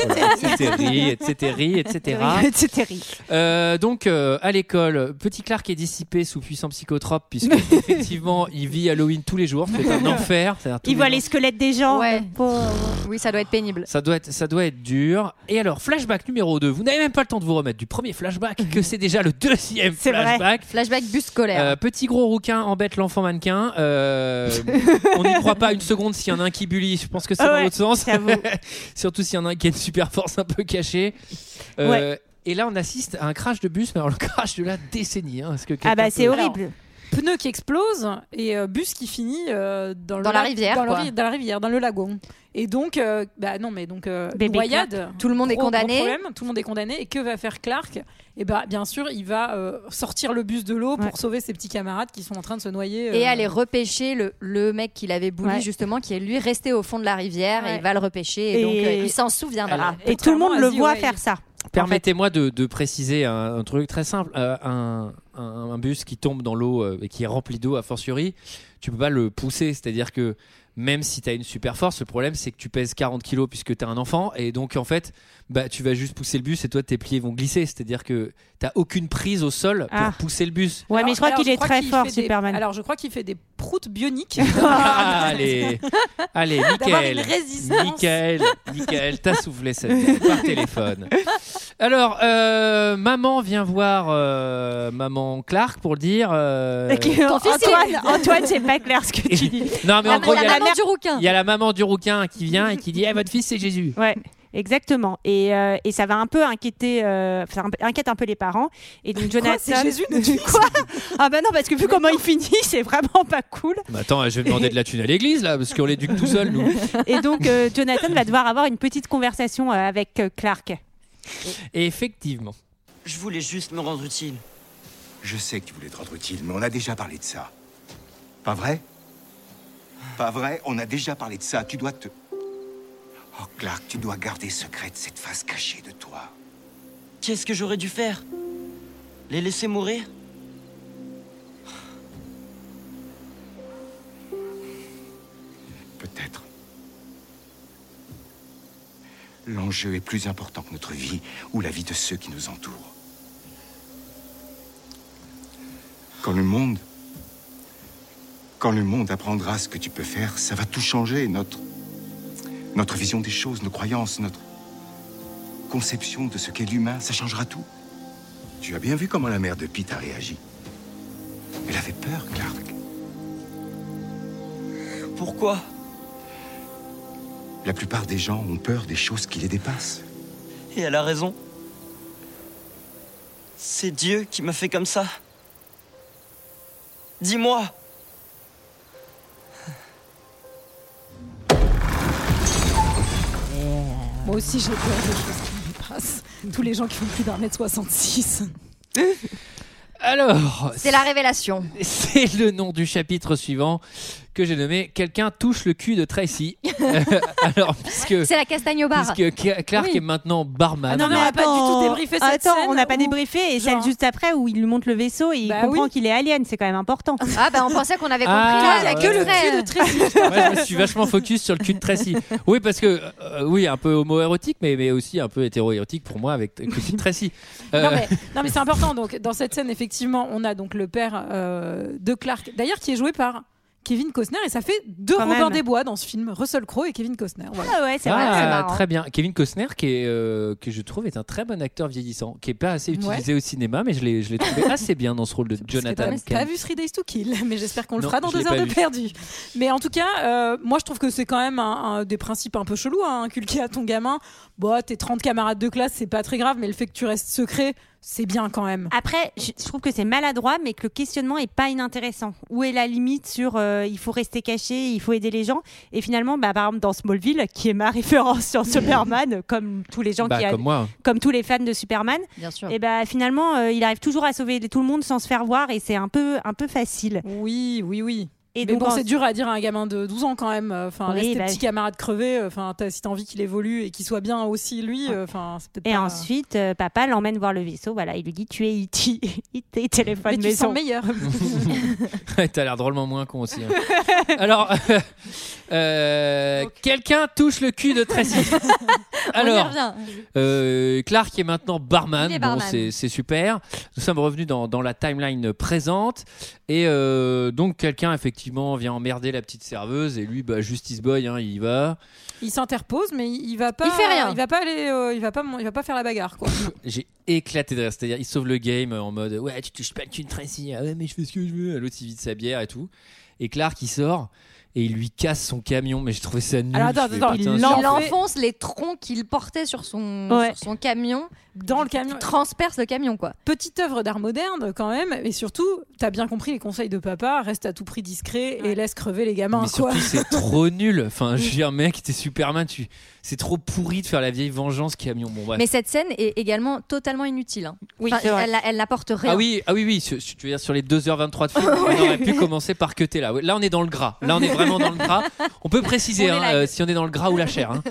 cetera, et cetera. Donc euh, à l'école, petit Clark est dissipé sous puissant psychotrope puisque effectivement il vit Halloween tous les jours, c'est un enfer. Il voit les squelettes des gens. Ouais. Oh. Oui, ça doit être pénible. Ça doit être, ça doit être dur. Et alors flashback numéro deux. Vous n'avez même pas le temps de vous remettre du premier flashback que c'est déjà le deuxième c'est flashback. Vrai. Flashback bus scolaire. Euh, petit gros rouquin embête l'enfant mannequin. Euh, on n'y croit pas une seconde s'il y en a un qui bully. Je pense que c'est oh dans ouais, l'autre sens. Surtout s'il y en a un qui a une super force un peu cachée. Euh, ouais. Et là, on assiste à un crash de bus, mais alors le crash de la décennie. Hein, que ah bah c'est horrible. Alors, pneu qui explose et euh, bus qui finit euh, dans, dans le la la... rivière, dans, quoi. Le... dans la rivière, dans le lagon. Et donc, euh, bah non, mais donc euh, noyade. Tout le monde gros, est condamné. Problème, tout le monde est condamné. Et que va faire Clark ? Et bah bien sûr, il va euh, sortir le bus de l'eau pour ouais. sauver ses petits camarades qui sont en train de se noyer. Euh... Et aller repêcher le, le mec qu'il avait bully ouais. justement, qui est lui resté au fond de la rivière ouais. et il va le repêcher. Et, et donc euh, il s'en souviendra. Et tout le monde le voit ouais, faire il... ça. Permettez-moi de, de préciser un, un truc très simple. Euh, un, un, un bus qui tombe dans l'eau euh, et qui est rempli d'eau, a fortiori, tu peux pas le pousser. C'est-à-dire que même si tu as une super force, le problème c'est que tu pèses quarante kilos puisque tu es un enfant. Et donc en fait, bah, tu vas juste pousser le bus et toi tes pieds vont glisser. C'est-à-dire que tu n'as aucune prise au sol pour ah. pousser le bus. Ouais, alors, mais je crois alors, qu'il je est crois très qu'il fort, Superman. Des... Alors je crois qu'il fait des proutes bioniques. ah, allez, allez, Michael. Michael, Michael, t'as soufflé cette par téléphone. Alors, euh, maman vient voir euh, maman Clark pour le dire. Euh... Ton fils, Antoine, Antoine, c'est pas clair ce que tu dis. Non, mais la, en gros, la il y a maman la du rouquin. Il y a la maman du rouquin qui vient et qui dit hey, votre fils, c'est Jésus. Ouais. Exactement. Et, euh, et ça va un peu inquiéter, euh, ça inquiète un peu les parents. Et donc Jonathan. Quoi, c'est Jésus Quoi Ah bah non, parce que vu comment il finit, c'est vraiment pas cool. Bah attends, je vais demander de la thune à l'église là, parce qu'on l'éduque tout seul nous. Et donc euh, Jonathan va devoir avoir une petite conversation euh, avec euh, Clark. Et effectivement. Je voulais juste me rendre utile. Je sais que tu voulais te rendre utile, mais on a déjà parlé de ça. Pas vrai ? Pas vrai ? On a déjà parlé de ça. Tu dois te... Oh, Clark, tu dois garder secrète cette face cachée de toi. Qu'est-ce que j'aurais dû faire ? Les laisser mourir ? Peut-être. L'enjeu est plus important que notre vie ou la vie de ceux qui nous entourent. Quand le monde... Quand le monde apprendra ce que tu peux faire, ça va tout changer. Notre... Notre vision des choses, nos croyances, notre conception de ce qu'est l'humain, ça changera tout. Tu as bien vu comment la mère de Pete a réagi. Elle avait peur, Clark. Pourquoi ? La plupart des gens ont peur des choses qui les dépassent. Et elle a raison. C'est Dieu qui m'a fait comme ça. Dis-moi. Moi aussi, j'ai peur des choses qui me dépassent. Tous les gens qui font plus d'un mètre soixante-six. Alors, c'est la révélation. C'est le nom du chapitre suivant que j'ai nommé Quelqu'un touche le cul de Tracy. Euh, alors, puisque c'est la castagne au bar. Puisque Clark oui. est maintenant barman. Ah non, mais on n'a pas du tout débriefé cette attends, scène. On n'a pas débriefé et genre... celle juste après où il lui montre le vaisseau et il bah comprend oui. qu'il est alien. C'est quand même important. Ah bah on pensait qu'on avait compris. Ah, il n'y a ouais. que le cul de Tracy. Ouais, je me suis vachement focus sur le cul de Tracy. Oui, parce que euh, oui, un peu homo-érotique, mais, mais aussi un peu hétéro-érotique pour moi avec le cul de Tracy. Euh... Non, mais, non mais c'est important. Donc dans cette scène, effectivement, on a donc le père euh, de Clark, d'ailleurs qui est joué par Kevin Costner, et ça fait deux Quand Robin même. des Bois dans ce film, Russell Crowe et Kevin Costner. Voilà. Ah ouais, c'est ah, vrai, c'est marrant. Très bien. Kevin Costner, qui est, euh, que je trouve est un très bon acteur vieillissant, qui est pas assez utilisé ouais. au cinéma, mais je l'ai, je l'ai trouvé assez bien dans ce rôle de Jonathan. Tu n'as pas vu Three Days to Kill, mais j'espère qu'on non, le fera dans deux heures de perdu. Mais en tout cas, euh, moi je trouve que c'est quand même un, un des principes un peu chelous, hein, inculquer à ton gamin. Bon, tes trente camarades de classe, c'est pas très grave, mais le fait que tu restes secret, c'est bien quand même. Après, je trouve que c'est maladroit, mais que le questionnement est pas inintéressant. Où est la limite sur euh, il faut rester caché, il faut aider les gens. Et finalement, bah, par exemple dans Smallville, qui est ma référence sur Superman, comme tous les gens bah, qui comme, a, moi. comme tous les fans de Superman, bien sûr. Et bah finalement, euh, il arrive toujours à sauver tout le monde sans se faire voir, et c'est un peu un peu facile. Oui, oui, oui. Et mais donc, bon, en... c'est dur à dire à un gamin de douze ans quand même. Enfin, oui, laisse tes bah... petits camarades crever. Enfin, si t'as envie qu'il évolue et qu'il soit bien aussi lui. Enfin, c'est peut-être. Et pas... ensuite, euh, papa l'emmène voir le vaisseau. Voilà, il lui dit tu es E T, E T téléphone mais maison. tu sens meilleur. T'as l'air drôlement moins con aussi. Hein. Alors, euh, euh, okay. quelqu'un touche le cul de Tracy. Alors, euh, Clark est maintenant barman. Est bon, barman. C'est, c'est super. Nous sommes revenus dans, dans la timeline présente et euh, donc quelqu'un effectivement vient emmerder la petite serveuse et lui bah Justice Boy hein, il y va. Il s'interpose mais il, il va pas il fait rien. Il va pas aller euh, il va pas il va pas faire la bagarre quoi. J'ai éclaté de rire, c'est-à-dire il sauve le game en mode ouais tu touches pas le cul de Tracy. Ah ouais mais je fais ce que je veux. L'autre il vide sa bière et tout. Et Clark il sort et il lui casse son camion, mais j'ai trouvé ça nul. Alors, attends, attends, il, il enfonce les troncs qu'il portait sur son, ouais. sur son camion dans le camion, il transperce le camion quoi. Petite œuvre d'art moderne quand même, et surtout t'as bien compris les conseils de papa, reste à tout prix discret ouais. et laisse crever les gamins. Mais quoi. surtout c'est trop nul. Enfin, je veux dire mec, t'es Superman, tu c'est trop pourri de faire la vieille vengeance camion. Bon, bref. Mais cette scène est également totalement inutile. Hein. Oui, enfin, elle, elle n'apporte rien. Ah oui, ah oui, oui. Tu veux dire sur les deux heures vingt-trois de film, on aurait pu commencer par cutter là. Là, on est dans le gras. Là, on est vraiment dans le gras. On peut préciser on hein, euh, si on est dans le gras ou la chair. Hein.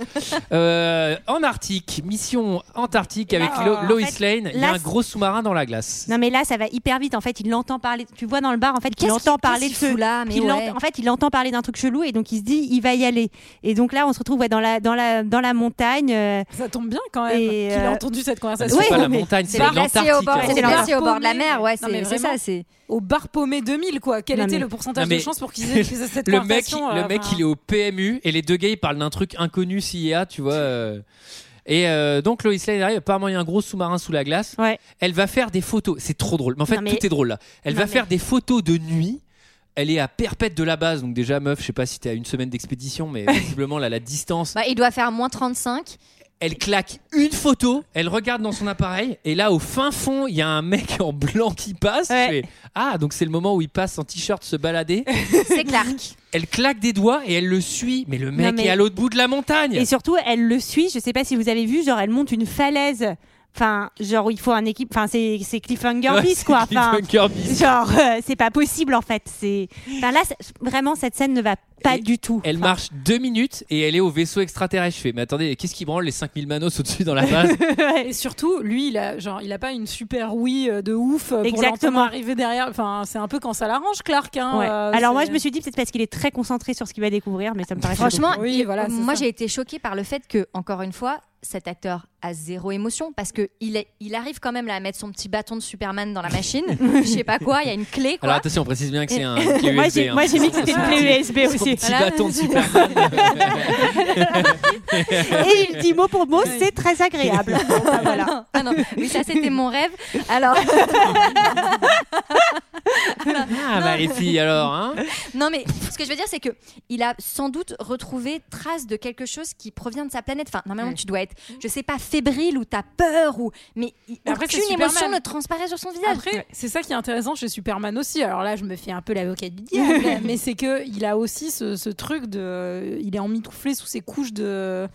Euh, en Arctique, mission Antarctique avec oh, Lo- Lois en fait, Lane. Il y a un gros sous-marin dans la glace. Non, mais là, ça va hyper vite. En fait, il l'entend parler. Tu vois dans le bar, en fait, il entend parler de ce. Là, mais ouais. En fait, il entend parler d'un truc chelou et donc il se dit, il va y aller. Et donc là, on se retrouve ouais, dans la dans la dans la montagne. Euh, ça tombe bien quand même et, qu'il euh... ait entendu cette conversation. C'est ouais, pas la montagne, c'est, c'est l'Antarctique. Au bord, c'est placé au bord de la mer, ouais, c'est, c'est ça. C'est au bar paumé deux mille quoi. Quel non, était mais... le pourcentage non, de chance pour qu'ils aient cette le conversation mec, euh, le mec, il est au P M U et les deux gars ils parlent d'un truc inconnu C I A, tu vois. Euh... Et euh, donc Lois Lane arrive, apparemment il y a un gros sous-marin sous la glace. Ouais. Elle va faire des photos. C'est trop drôle. Mais en fait, non, mais... tout est drôle là. Elle non, va mais... faire des photos de nuit. Elle est à Perpète de la base, donc déjà meuf, je sais pas si t'es à une semaine d'expédition, mais visiblement là la distance. Bah, il doit faire moins trente-cinq. Elle claque une photo, elle regarde dans son appareil, et là au fin fond, il y a un mec en blanc qui passe. Ouais. Fais, ah, donc c'est le moment où il passe en t-shirt se balader. C'est Clark. Elle claque des doigts et elle le suit, mais le mec non, mais... est à l'autre bout de la montagne. Et surtout, elle le suit. Je sais pas si vous avez vu, genre elle monte une falaise. Enfin, genre il faut un équipe. Enfin, c'est c'est cliffhanger ouais, bis quoi. Enfin, bis. genre euh, c'est pas possible en fait. C'est. Enfin là, c'est... vraiment cette scène ne va pas et du tout. Elle enfin... marche deux minutes et elle est au vaisseau extraterrestre. Je fais, mais attendez, qu'est-ce qui branle les cinq mille manos au-dessus dans la base? Et surtout, lui, il a genre, il a pas une super oui de ouf pour exactement arriver derrière. Enfin, c'est un peu quand ça l'arrange, Clark. Hein, ouais. euh, Alors c'est... moi, je me suis dit peut-être parce qu'il est très concentré sur ce qu'il va découvrir, mais ça me paraît. Franchement, oui, voilà, moi ça. j'ai été choquée par le fait que, encore une fois, cet acteur a zéro émotion parce que il est, il arrive quand même là à mettre son petit bâton de Superman dans la machine. Je sais pas quoi, il y a une clé. Quoi. Alors attention, on précise bien que c'est un clé U S B. moi, j'ai, hein. moi j'ai mis que c'était une clé U S B aussi. Son petit voilà. bâton de Superman. Et il dit mot pour mot, c'est très agréable. Ah, voilà. Ah non, oui ça c'était mon rêve. Alors. Ah bah les filles alors. Hein non mais ce que je veux dire c'est que il a sans doute retrouvé trace de quelque chose qui provient de sa planète. Enfin normalement ouais. tu dois être, je sais pas, fébrile ou t'as peur ou mais, mais après, aucune émotion ne transparaît sur son visage. Après ouais. c'est ça qui est intéressant chez Superman aussi. Alors là je me fais un peu l'avocat du diable, mais c'est que il a aussi ce, ce truc de, il est emmitouflé sous ses couches de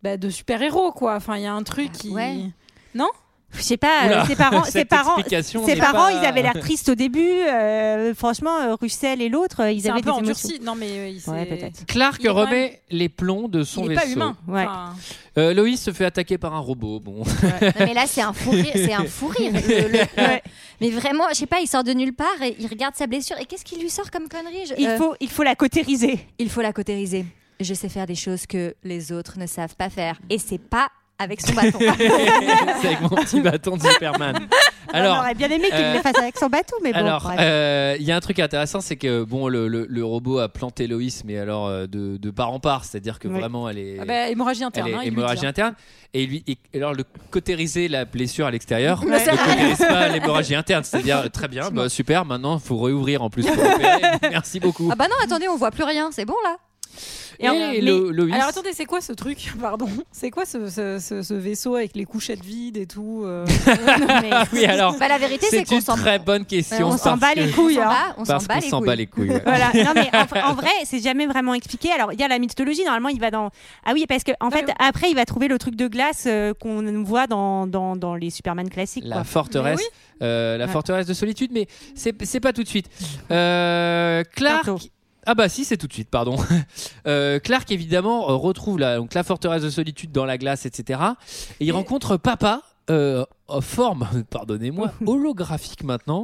bah, de super-héros, quoi. Enfin, il y a un truc qui... Ouais. Non ? Je sais pas, Oula, ses parents, ses parents, ses parents pas... ils avaient l'air tristes au début. Euh, franchement, euh, Russell et l'autre, ils c'est avaient un peu des endurci. émotions. Non, mais euh, il ouais, peut-être. Clark remet même... les plombs de son il vaisseau. Il est pas humain. Ouais. Enfin... Euh, Loïs se fait attaquer par un robot. Bon. Ouais. Non, mais là, c'est un fou rire. C'est un fou rire. Le, le... ouais. Mais vraiment, je sais pas, il sort de nulle part et il regarde sa blessure. Et qu'est-ce qu'il lui sort comme connerie je... il, euh... faut, il faut la cautériser. Il faut la cautériser. Je sais faire des choses que les autres ne savent pas faire. Et c'est pas avec son bâton. C'est avec mon petit bâton de Superman. Alors, on aurait bien aimé qu'il euh, le fasse avec son bâton, mais bon. Alors, il euh, y a un truc intéressant, c'est que bon, le, le, le robot a planté Loïs, mais alors euh, de, de part en part, c'est-à-dire que oui. vraiment, elle est. Ah bah, hémorragie interne. Elle est hein, hémorragie interne. Et lui, et, alors le cautériser la blessure à l'extérieur, ouais. ne cautérise pas l'hémorragie interne. C'est-à-dire très bien, bah, super. Maintenant, il faut réouvrir en plus pour opérer. Merci beaucoup. Ah bah non, attendez, on voit plus rien. C'est bon là. Et, et le, Loïs... Alors attendez, c'est quoi ce truc ? Pardon, c'est quoi ce, ce, ce, ce vaisseau avec les couchettes vides et tout euh... mais... Oui, alors. Bah, la vérité, c'est, c'est qu'on une s'en... très bonne question. On s'en bat les couilles. On, hein. bat, on parce s'en bat qu'on les s'en couilles. bat les couilles. Ouais. Voilà. Non mais en, en vrai, c'est jamais vraiment expliqué. Alors il y a la mythologie. Normalement, il va dans. Ah oui, parce que en fait, oui. après, il va trouver le truc de glace euh, qu'on voit dans, dans dans les Superman classiques. La quoi. forteresse. Oui. Euh, la ouais. forteresse de solitude, mais c'est c'est pas tout de suite. Euh, Clark. Bientôt. Ah bah si, c'est tout de suite, pardon. Euh, Clark évidemment euh, retrouve la, donc, la forteresse de solitude dans la glace, et cetera. Et il et... rencontre papa euh, en forme, pardonnez-moi, holographique maintenant,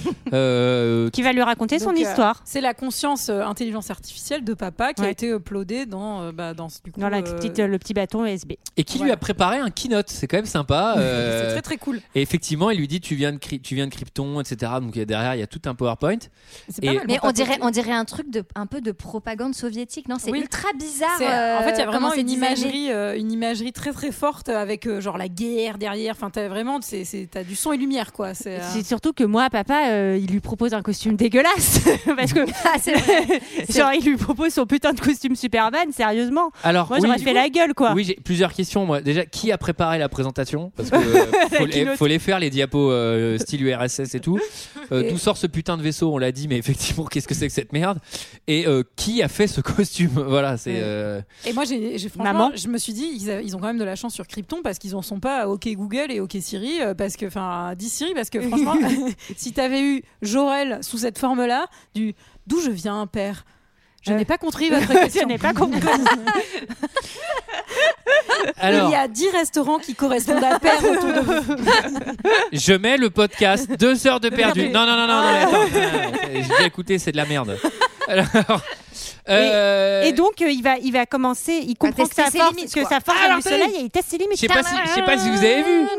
euh, qui va lui raconter donc, son euh, histoire. C'est la conscience euh, intelligence artificielle de papa qui ouais. a été uploadée dans, euh, bah, dans, du coup, dans la petite, euh... le petit bâton U S B. Et qui voilà. lui a préparé un keynote, c'est quand même sympa. Euh... c'est très très cool. Et effectivement, il lui dit tu viens de, tu viens de Krypton, et cetera. Donc derrière, il y a tout un PowerPoint. C'est et... pas mal, mais on dirait, on dirait un truc de, un peu de propagande soviétique, non ? C'est oui. ultra bizarre. Euh, en fait, il y a vraiment une imagerie, euh, une imagerie très très forte avec euh, genre la guerre derrière. Enfin, t'as vraiment, c'est, c'est, t'as du son et lumière quoi. C'est, euh... c'est surtout que moi, papa, euh, il lui propose un costume dégueulasse parce que ah, c'est vrai. genre il lui propose son putain de costume Superman, sérieusement. Alors, moi, j'aurais oui, fait la gueule quoi. Oui, j'ai plusieurs questions. Moi, déjà, qui a préparé la présentation ? Parce que euh, faut, les, faut les faire les diapos euh, style U R S S et tout. Euh, et... D'où sort ce putain de vaisseau ? On l'a dit, mais effectivement, qu'est-ce que c'est que cette merde ? Et euh, qui a fait ce costume ? Voilà, c'est. Euh... Et moi, j'ai, j'ai franchement, Maman. je me suis dit, ils, a, ils ont quand même de la chance sur Krypton parce qu'ils en sont pas à OK Google et OK Siri, euh, parce que, enfin, dis Siri, parce que franchement, si t'avais eu Jor-El sous cette forme-là, du d'où je viens, père. Je euh... n'ai pas compris votre question. Je n'ai pas compris. Alors, il y a dix restaurants qui correspondent à père autour de vous. Je mets le podcast deux heures de perdu. Non, non, non, non, non, mais attends. Je vais écouter, c'est de la merde. Alors. Euh... Et, et donc euh, il va il va commencer, il comprend que sa force limites, que sa force vient du soleil et il teste ses limites. Je sais pas si je sais pas si vous avez vu.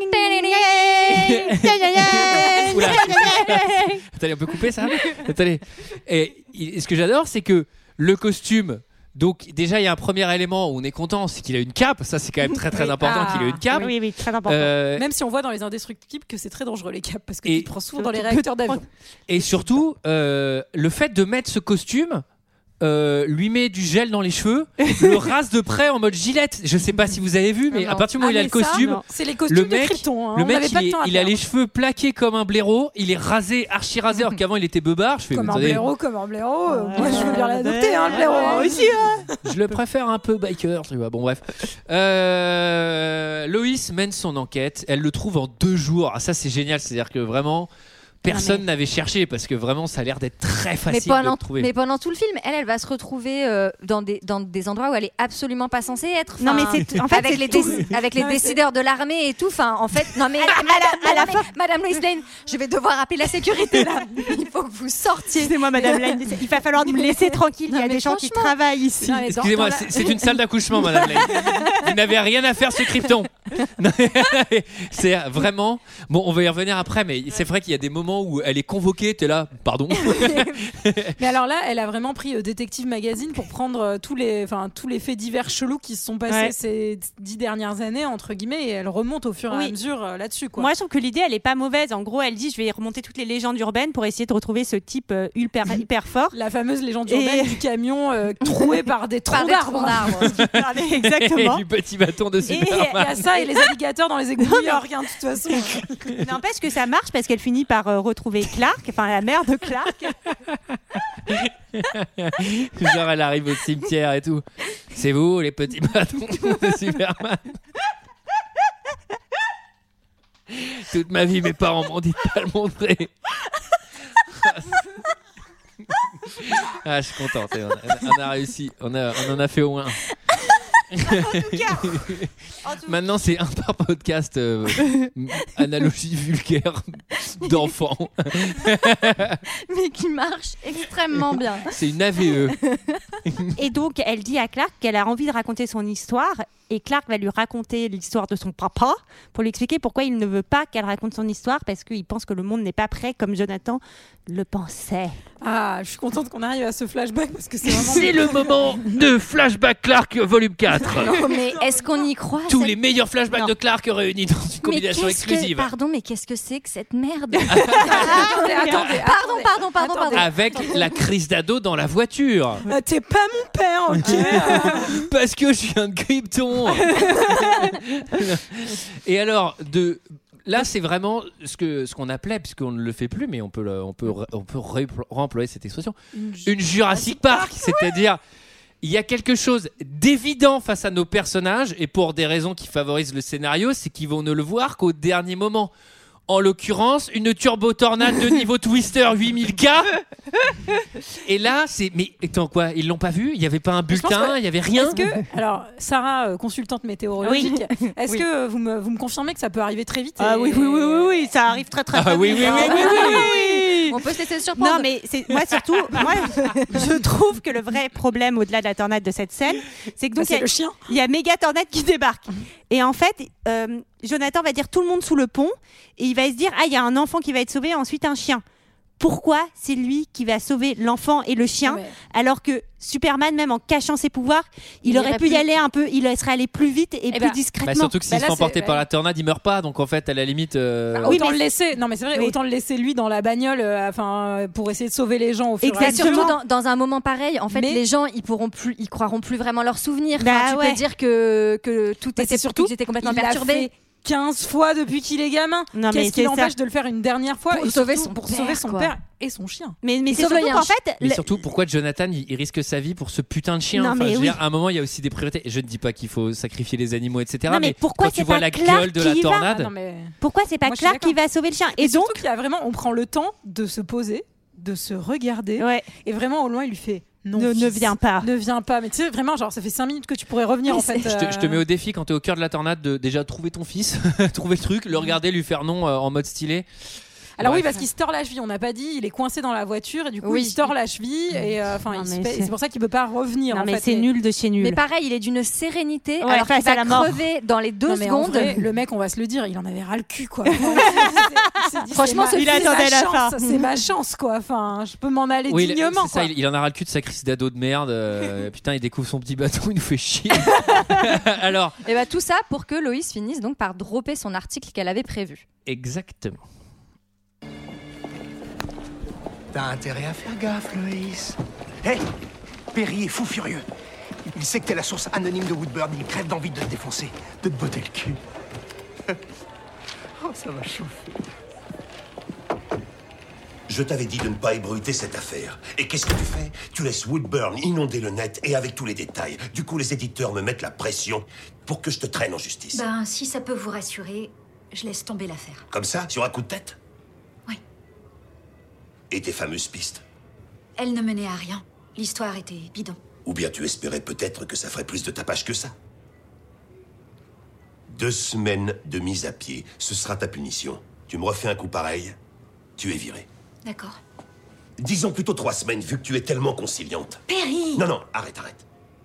Oula. Attendez, on peut couper ça ? Attendez. Et, et ce que j'adore, c'est que le costume. Donc déjà il y a un premier élément où on est content, c'est qu'il a une cape. Ça c'est quand même très très oui. important ah, qu'il ait une cape. Oui oui, très important. Euh... Même si on voit dans les Indestructibles que c'est très dangereux les capes parce que et... tu te prends souvent dans les réacteurs d'avion. Et surtout euh, le fait de mettre ce costume. Euh, lui met du gel dans les cheveux, le rase de près en mode Gillette. Je sais pas si vous avez vu, mais non, à partir du moment où ah, il a le costume, ça, c'est les costumes le mec, de Krypton. Hein. Le mec, il, est, il a les cheveux plaqués comme un blaireau, il est rasé, archi rasé, alors qu'avant il était beubard. Je fais, comme un blaireau, comme un blaireau. Euh, ouais, moi, je veux bien l'adopter, hein, le blaireau. Hein, aussi. Hein. Je le préfère un peu biker, tu vois. Bon, bref. Euh, Loïs mène son enquête. Elle le trouve en deux jours. Ah, ça, c'est génial. C'est-à-dire que vraiment. Personne mais... n'avait cherché parce que vraiment ça a l'air d'être très facile mais pendant, de le trouver. Mais pendant tout le film, elle, elle va se retrouver euh, dans, des, dans des endroits où elle est absolument pas censée être. Non mais c'est en fait avec, c'est les, déc- avec les décideurs de l'armée et tout. Enfin, en fait, non mais, à, madame, à la fin, Madame Lois Lane, je vais devoir appeler la sécurité là. Il faut que vous sortiez. Excusez-moi, Madame Lane, il va falloir me laisser tranquille. Il y a des gens qui travaillent ici. Non, excusez-moi, c'est, c'est une salle d'accouchement, Madame Lane. Vous n'avez rien à faire sur Krypton. C'est vraiment bon. On va y revenir après, mais c'est vrai qu'il y a des moments où elle est convoquée. T'es là, pardon. Mais alors là, elle a vraiment pris euh, Détective Magazine pour prendre euh, tous les, enfin tous les faits divers chelous qui se sont passés ouais. ces dix dernières années entre guillemets, et elle remonte au fur et oui. à mesure euh, là-dessus. Quoi. Moi, je trouve que l'idée, elle est pas mauvaise. En gros, elle dit, je vais remonter toutes les légendes urbaines pour essayer de retrouver ce type euh, hyper hyper fort. La fameuse légende urbaine et... du camion euh, troué par des troncs d'arbres. Exactement. Et du petit bâton de Superman. Et il y a ça et les alligators dans les égouts de New York, hein, de toute façon. N'empêche que ça marche parce qu'elle finit par euh, retrouver Clark. Enfin, la mère de Clark. Genre, elle arrive au cimetière et tout. C'est vous, les petits bâtons de Superman. Toute ma vie, mes parents m'ont dit de pas le montrer. Ah, je suis content. On a, on a réussi. On, a, on en a fait au moins. En tout cas, en tout... Maintenant, c'est un par podcast. Euh, analogie vulgaire d'enfant. Mais qui marche extrêmement bien. C'est une A V E. Et donc, elle dit à Clark qu'elle a envie de raconter son histoire. Et Clark va lui raconter l'histoire de son papa pour lui expliquer pourquoi il ne veut pas qu'elle raconte son histoire, parce qu'il pense que le monde n'est pas prêt comme Jonathan le pensait. Ah, je suis contente qu'on arrive à ce flashback parce que c'est vraiment... C'est le moment de Flashback Clark volume quatre. Non, mais est-ce qu'on y croit? Tous cette... les meilleurs flashbacks non. de Clark réunis dans une combinaison exclusive. Que... Pardon, mais qu'est-ce que c'est que cette merde? attendez, attendez, pardon, pardon, pardon, pardon. Avec la crise d'ado dans la voiture. Euh, t'es pas mon père, ok? Parce que je suis un Krypton. Et alors, de... là, c'est vraiment ce, que, ce qu'on appelait, puisqu'on ne le fait plus, mais on peut, le, on peut, on peut réemployer cette expression, une, une Jurassic Park. Park c'est-à-dire, il y a quelque chose d'évident face à nos personnages, et pour des raisons qui favorisent le scénario, c'est qu'ils vont ne le voir qu'au dernier moment. En l'occurrence, une turbo-tornade de niveau Twister huit mille K. Et là, c'est... Mais attends, quoi? Ils l'ont pas vu? Il n'y avait pas un bulletin? Il n'y avait rien? Est-ce que... Alors, Sarah, consultante météorologique, oui. est-ce oui. que vous me, vous me confirmez que ça peut arriver très vite? Ah et... oui, oui, oui, oui, oui, ça arrive très, très, très ah, vite. Oui, oui, oui, oui, oui, oui. On peut se laisser surprendre. Non, mais c'est... moi, surtout, moi, je trouve que le vrai problème, au-delà de la tornade de cette scène, c'est que donc, bah, c'est il y a, le chien. Il y a méga tornade qui débarque. Et en fait... Euh, Jonathan va dire tout le monde sous le pont et il va se dire ah il y a un enfant qui va être sauvé, ensuite un chien. Pourquoi c'est lui qui va sauver l'enfant et le chien ouais. alors que Superman, même en cachant ses pouvoirs, il, il aurait pu y aller un peu, il serait allé plus vite et, et plus bah, discrètement. Bah surtout que s'il bah se fait emporter par la tornade, il meurt pas, donc en fait à la limite. Euh... Bah, autant oui, le laisser. Non mais c'est vrai, oui. autant le laisser lui dans la bagnole, enfin euh, pour essayer de sauver les gens au fur et à mesure. Surtout dans, dans un moment pareil, en fait, mais... les gens ils pourront plus, ils croiront plus vraiment leurs souvenirs. Bah, enfin, tu ouais. peux dire que que tout bah, était surtout, était complètement il perturbé. quinze fois depuis qu'il est gamin. Non, Qu'est-ce qui l'empêche ça. de le faire une dernière fois pour et sauver surtout, son pour père, sauver son quoi. père et son chien. Mais, mais c'est surtout qu'en fait, mais surtout pourquoi Jonathan il, il risque sa vie pour ce putain de chien. Non, enfin, mais je veux oui. dire, à un moment il y a aussi des priorités. Je ne dis pas qu'il faut sacrifier les animaux, et cetera. Non, mais, mais pourquoi quand c'est tu vois pas la Clark gueule de la tornade, ah, non, mais... pourquoi c'est pas Moi, Clark qui va sauver le chien? Et, et donc donc qu'il y a vraiment, on prend le temps de se poser, de se regarder, ouais. et vraiment au loin il lui fait. Non, ne, fils, ne viens pas. Ne viens pas. Mais tu sais, vraiment, genre, ça fait cinq minutes que tu pourrais revenir en fait. Je te, je te mets au défi quand t'es au cœur de la tornade de déjà trouver ton fils, trouver le truc, le regarder, lui faire non euh, en mode stylé. Alors Bref. oui, parce qu'il se tord la cheville, on n'a pas dit, il est coincé dans la voiture et du coup oui. il se tord la cheville et enfin euh, c'est... c'est pour ça qu'il peut pas revenir. Non en mais fait, c'est mais... nul de chez nul. Mais pareil, il est d'une sérénité ouais, alors qu'il va à la mort. crever dans les deux non, mais secondes. En vrai, le mec, on va se le dire, il en avait ras le cul quoi. dit, Franchement, ma... il attendait la fin. C'est ma chance quoi. Enfin, je peux m'en aller oui, dignement. C'est ça, il, il en a ras le cul de sa crise d'ado de merde. Euh, putain, il découvre son petit bateau, il nous fait chier. Alors. Et bah tout ça pour que Loïs finisse donc par dropper son article qu'elle avait prévu. Exactement. T'as intérêt à faire gaffe, Loïs. Hé hey, Perry est fou furieux. Il sait que t'es la source anonyme de Woodburn. Il crève d'envie de te défoncer, de te botter le cul. Oh, ça va chauffer. Je t'avais dit de ne pas ébruiter cette affaire. Et qu'est-ce que tu fais? Tu laisses Woodburn inonder le net et avec tous les détails. Du coup, les éditeurs me mettent la pression pour que je te traîne en justice. Ben, si ça peut vous rassurer, je laisse tomber l'affaire. Comme ça, sur un coup de tête? Oui. Et tes fameuses pistes? Elle ne menait à rien. L'histoire était bidon. Ou bien tu espérais peut-être que ça ferait plus de tapage que ça? Deux semaines de mise à pied, ce sera ta punition. Tu me refais un coup pareil, tu es viré. D'accord. Disons plutôt trois semaines, vu que tu es tellement conciliante. Perry! Non, non, arrête, arrête.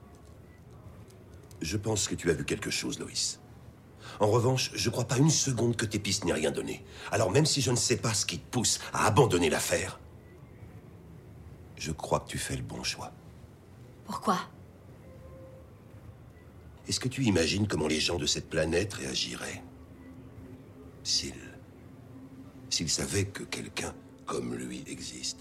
Je pense que tu as vu quelque chose, Loïs. En revanche, je crois pas une seconde que tes pistes n'aient rien donné. Alors même si je ne sais pas ce qui te pousse à abandonner l'affaire, je crois que tu fais le bon choix. Pourquoi? Est-ce que tu imagines comment les gens de cette planète réagiraient s'ils... s'ils savaient que quelqu'un comme lui existe?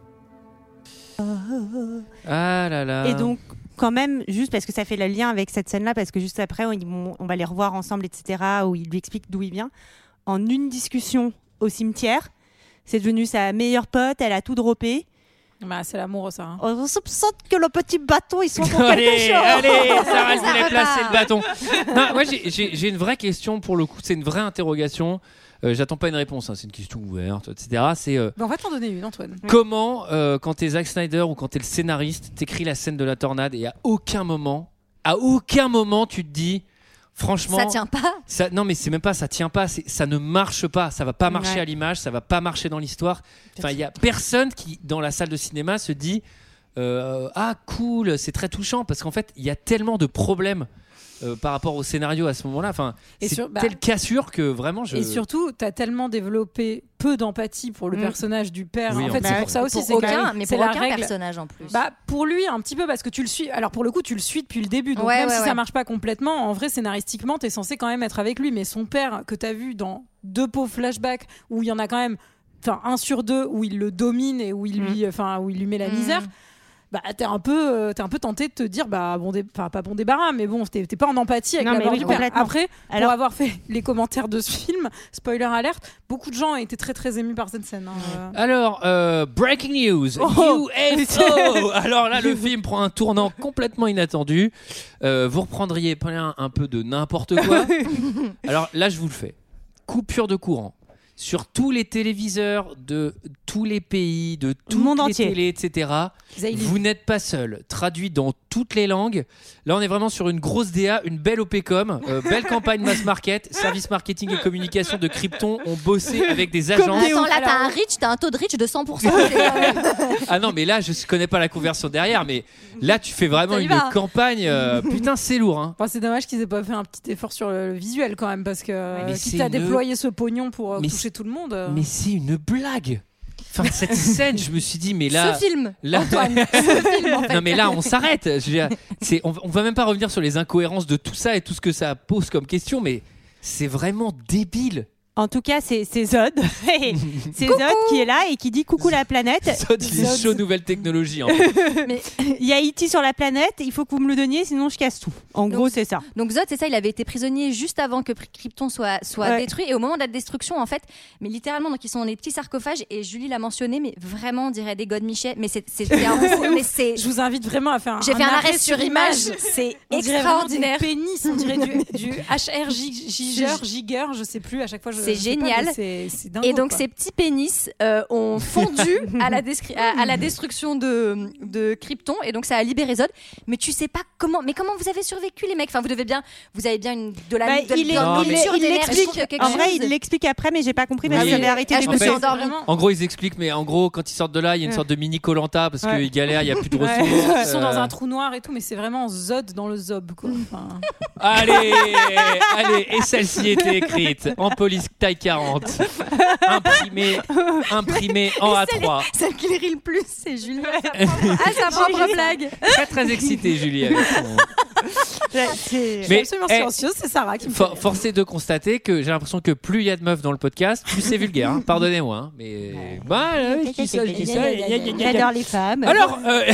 Ah là là. Et donc, quand même, juste parce que ça fait le lien avec cette scène-là, parce que juste après, on, on va les revoir ensemble, et cetera, où il lui explique d'où il vient. En une discussion au cimetière, c'est devenu sa meilleure pote, elle a tout droppé. Bah, c'est l'amour, ça. Hein. On soupçonne que le petit bâton, ils sont pour allez, quelque chose. allez, Sarah, elle voulait placer le bâton. Non, moi, j'ai, j'ai, j'ai une vraie question pour le coup. C'est une vraie interrogation. Euh, j'attends pas une réponse. Hein, c'est une question ouverte, et cetera. C'est euh, bah, on va t'en donner une, Antoine. Comment, euh, quand t'es Zack Snyder ou quand t'es le scénariste, t'écris la scène de la tornade et à aucun moment, à aucun moment, tu te dis. Franchement, ça tient pas. Ça, non, mais c'est même pas ça tient pas. C'est, ça ne marche pas. Ça va pas marcher Ouais. à l'image. Ça va pas marcher dans l'histoire. Enfin, il y a personne qui dans la salle de cinéma se dit euh, ah cool, c'est très touchant parce qu'en fait il y a tellement de problèmes euh, par rapport au scénario à ce moment-là. Enfin, Et c'est sur- bah- telle cassure que vraiment je. Et surtout, t'as tellement développé peu d'empathie pour le Mm. personnage du père. Oui, en en fait, fait. c'est pour ça aussi. Pour c'est aucun, que mais c'est pour la aucun règle. personnage en plus. Bah pour lui un petit peu parce que tu le suis. Alors pour le coup tu le suis depuis le début. Donc Ouais, même ouais, si ouais. ça marche pas complètement, en vrai scénaristiquement t'es censé quand même être avec lui. Mais son père que t'as vu dans deux pauvres flashbacks où il y en a quand même, enfin un sur deux où il le domine et où il lui, enfin où il lui met la Mm. misère. Bah t'es un peu, euh, t'es un peu tenté de te dire bah bon, dé- enfin pas bon débarras, mais bon t'es, t'es pas en empathie avec Non, la mais mort oui, du père. complètement. Après, Alors- pour avoir fait les commentaires de ce film, spoiler alerte, beaucoup de gens ont été très très émus par cette scène. hein, euh. Alors, euh, breaking news, Oh. U F O. Alors là, le film prend un tournant complètement inattendu. Euh, vous reprendriez plein un peu de n'importe quoi. Alors là, je vous le fais. Coupure de courant sur tous les téléviseurs de tous les pays, de toutes monde les entier. télés, et cetera. Zaïli. Vous n'êtes pas seul. Traduit dans toutes les langues. Là, on est vraiment sur une grosse D A, une belle O P com, euh, belle campagne mass market, service marketing et communication de Krypton ont bossé avec des agences. Attends, là, t'as Alors- un reach, t'as un taux de reach de cent pour cent. Ah non, mais là, je connais pas la conversion derrière, mais là, tu fais vraiment Ça y une va. campagne. euh, putain, c'est lourd. Hein. Bon, c'est dommage qu'ils aient pas fait un petit effort sur le, le visuel quand même parce que Ouais, mais euh, c'est quitte à une- déployer ce pognon pour euh, Mais toucher tout le monde. euh. Mais c'est une blague. Enfin, cette scène, je me suis dit, mais là. Ce film, là... Antoine, ce film, en fait. Non, mais là, on s'arrête. Je veux dire, c'est, on, on va même pas revenir sur les incohérences de tout ça et tout ce que ça pose comme question, mais c'est vraiment débile. En tout cas, c'est, c'est Zod. c'est Zod qui est là et qui dit coucou la planète. Zod, il est chaud nouvelle technologie. En fait. Mais il y a E T sur la planète, il faut que vous me le donniez, sinon je casse tout. En Donc- gros, c'est ça. Donc Zod, c'est ça, il avait été prisonnier juste avant que Krypton soit, soit Ouais. détruit. Et au moment de la destruction, en fait, mais littéralement, donc ils sont dans des petits sarcophages. Et Julie l'a mentionné, mais vraiment, on dirait des godemichets. Mais c'est, c'est, c'est un- mais c'est- Je vous invite vraiment à faire un, J'ai fait un arrêt sur image. C'est On dirait vraiment des extraordinaire. pénis, on dirait du, du H R Giger, Giger, je sais plus, à chaque fois je C'est je sais pas, génial. mais c'est, c'est dingo, Et donc quoi. ces petits pénis euh, ont fondu à la, descri- à, à la destruction de, de Krypton et donc ça a libéré Zod. Mais tu sais pas comment, mais comment vous avez survécu les mecs. Enfin vous devez bien, vous avez bien une de la Bah, de, il est- de- Non, une mais- lecture il d'énergie, l'explique. quelque En vrai, chose. il l'explique après, mais j'ai pas compris parce Oui. que j'avais arrêté Ah, je me suis d'écouter. endormie. En gros, ils expliquent, mais en gros, quand ils sortent de là, il y a une Ouais. sorte de mini Koh-Lanta parce Ouais. qu'ils galèrent, il y a plus de Ouais. ressources. Ils sont dans euh, un trou noir et tout, mais c'est vraiment Zod dans le Zob, quoi. Enfin, Allez, allez, et celle-ci était écrite en police taille quarante, imprimée, imprimée en A trois. Celle qui rit le plus, c'est Julie. Ah, sa propre blague. Très très excitée, Julie. Avec son... Ouais, c'est- je suis Mais, absolument eh, silencieuse, c'est Sarah qui me For- fait. force est de constater que j'ai l'impression que plus il y a de meufs dans le podcast, plus c'est vulgaire. hein. Pardonnez-moi, hein, mais bah, euh, je dis ça, je dis ça. gna, gna, gna, gna. J'adore les femmes. Alors, euh,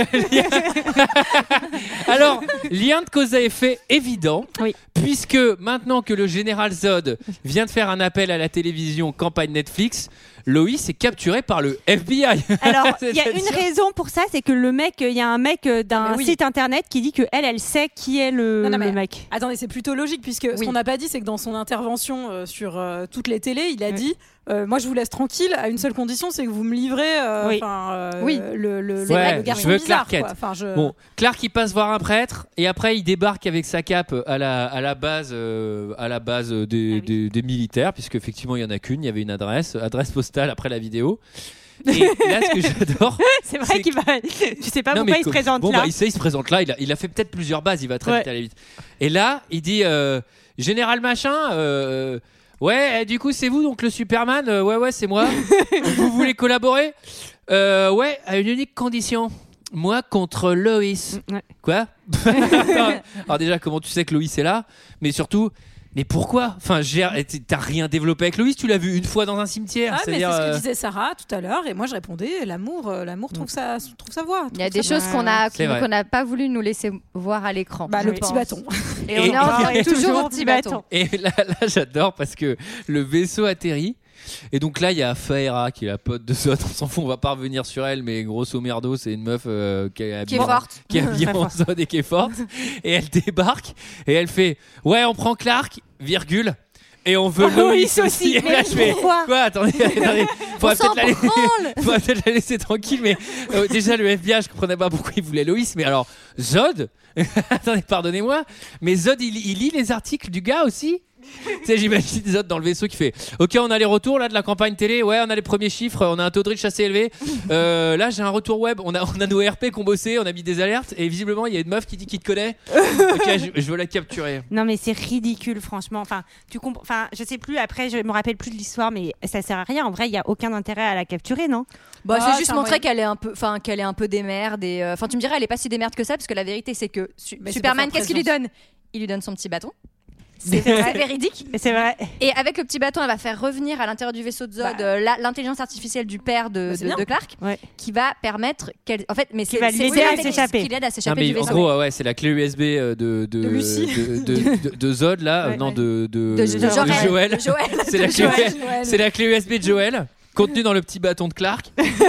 alors, lien de cause à effet évident, Oui. puisque maintenant que le général Zod vient de faire un appel à la télévision campagne Netflix, Lois est capturé par le F B I. Alors, il y a une C'est-à-dire- raison pour ça, c'est que le mec, il y a un mec euh, d'un Mais oui. site internet qui dit que elle, elle sait qui est le, Non, non, mais- le mec. Attendez, c'est plutôt logique puisque ce Oui. qu'on n'a pas dit, c'est que dans son intervention euh, sur euh, toutes les télés, il a dit euh, moi je vous laisse tranquille à une seule condition, c'est que vous me livrez euh, Oui. enfin, euh, Oui. le, le, C'est le- vrai, le garçon je veux bizarre. Clark Kent. Quoi. Enfin, je... Bon, Clark il passe voir un prêtre et après il débarque avec sa cape à la, à la base, euh, à la base des, des, des militaires, puisque effectivement il y en a qu'une, il y avait une adresse, adresse postale après la vidéo. Et là, ce que j'adore, C'est vrai c'est qu'il va. Tu sais pas Non, pourquoi mais il se co- présente bon, là. bah, il, sait, il se présente là. Il a, il a fait peut-être plusieurs bases. Il va très Ouais. vite aller vite. Et là, il dit euh, Général machin. euh, ouais, eh, du coup, c'est vous donc le Superman. Euh, ouais, ouais, c'est moi. Vous voulez collaborer Euh, Ouais, à une unique condition. Moi contre Lois. Ouais. Quoi Attends, alors déjà, comment tu sais que Lois est là? Mais surtout. Mais pourquoi? Enfin, j'ai- t'as rien développé avec Lois, tu l'as vu une fois dans un cimetière. Ah, mais c'est c'est-à-dire, ce que euh, disait Sarah tout à l'heure, et moi je répondais l'amour, euh, l'amour trouve sa, trouve sa voie. Il y a trouve des sa choses voie. qu'on a C'est vrai. qu'on n'a pas voulu nous laisser voir à l'écran. Bah, je le pense. petit bâton. Et, Et- on est encore et toujours toujours au petit bâton. Et là, là j'adore parce que le vaisseau atterrit Et donc là, il y a Faera qui est la pote de Zod. On s'en fout, on va pas revenir sur elle, mais grosso merdo, c'est une meuf euh, qui, est qui est forte, qui est habillée en Zod et qui est forte. Et elle débarque et elle fait ouais, on prend Clark, virgule. Et on veut oh, Lois oui, aussi. aussi. Et là, je fais quoi? Attendez, attendez. Faudrait peut-être, la laisser... Faudrait peut-être la laisser tranquille. Mais euh, déjà, le F B I, je comprenais pas pourquoi il voulait Lois. Mais alors, Zod, attendez, pardonnez-moi. Mais Zod, il, il lit les articles du gars aussi. Tu sais, j'imagine Zod dans le vaisseau qui fait ok, on a les retours là de la campagne télé, ouais, on a les premiers chiffres, on a un taux de reach assez élevé. Euh, là, j'ai un retour web, on a, on a nos R P qui ont bossé, on a mis des alertes et visiblement, il y a une meuf qui dit qu'il te connaît. Ok, je, je veux la capturer. Non, mais c'est ridicule, franchement. Enfin, tu comprends. Enfin, je sais plus. Après, je me rappelle plus de l'histoire, mais ça sert à rien. En vrai, il y a aucun intérêt à la capturer, non? Bah, ah, c'est juste montrer qu'elle est un peu, enfin, qu'elle est un peu démerde. Et enfin, euh, tu me dirais, elle est pas si démerde que ça, parce que la vérité, c'est que su- Superman, qu'est-ce qu'il lui donne? Il lui donne son petit bâton. C'est, c'est véridique. C'est vrai. Et avec le petit bâton, elle va faire revenir à l'intérieur du vaisseau de Zod bah. euh, la, l'intelligence artificielle du père de, bah, de, de Clark, ouais. qui va permettre qu'elle. En fait, mais c'est, va c'est, l'aider c'est à s'échapper. Qui l'aide à s'échapper non, mais du vaisseau. En gros, ouais, c'est la clé U S B de de de, de, de, de, de Zod là, ouais, non ouais. de de, de, de, de Joël. Joël. De Joël. C'est la clé, Joël. C'est la clé U S B de Joël, contenue dans le petit bâton de Clark.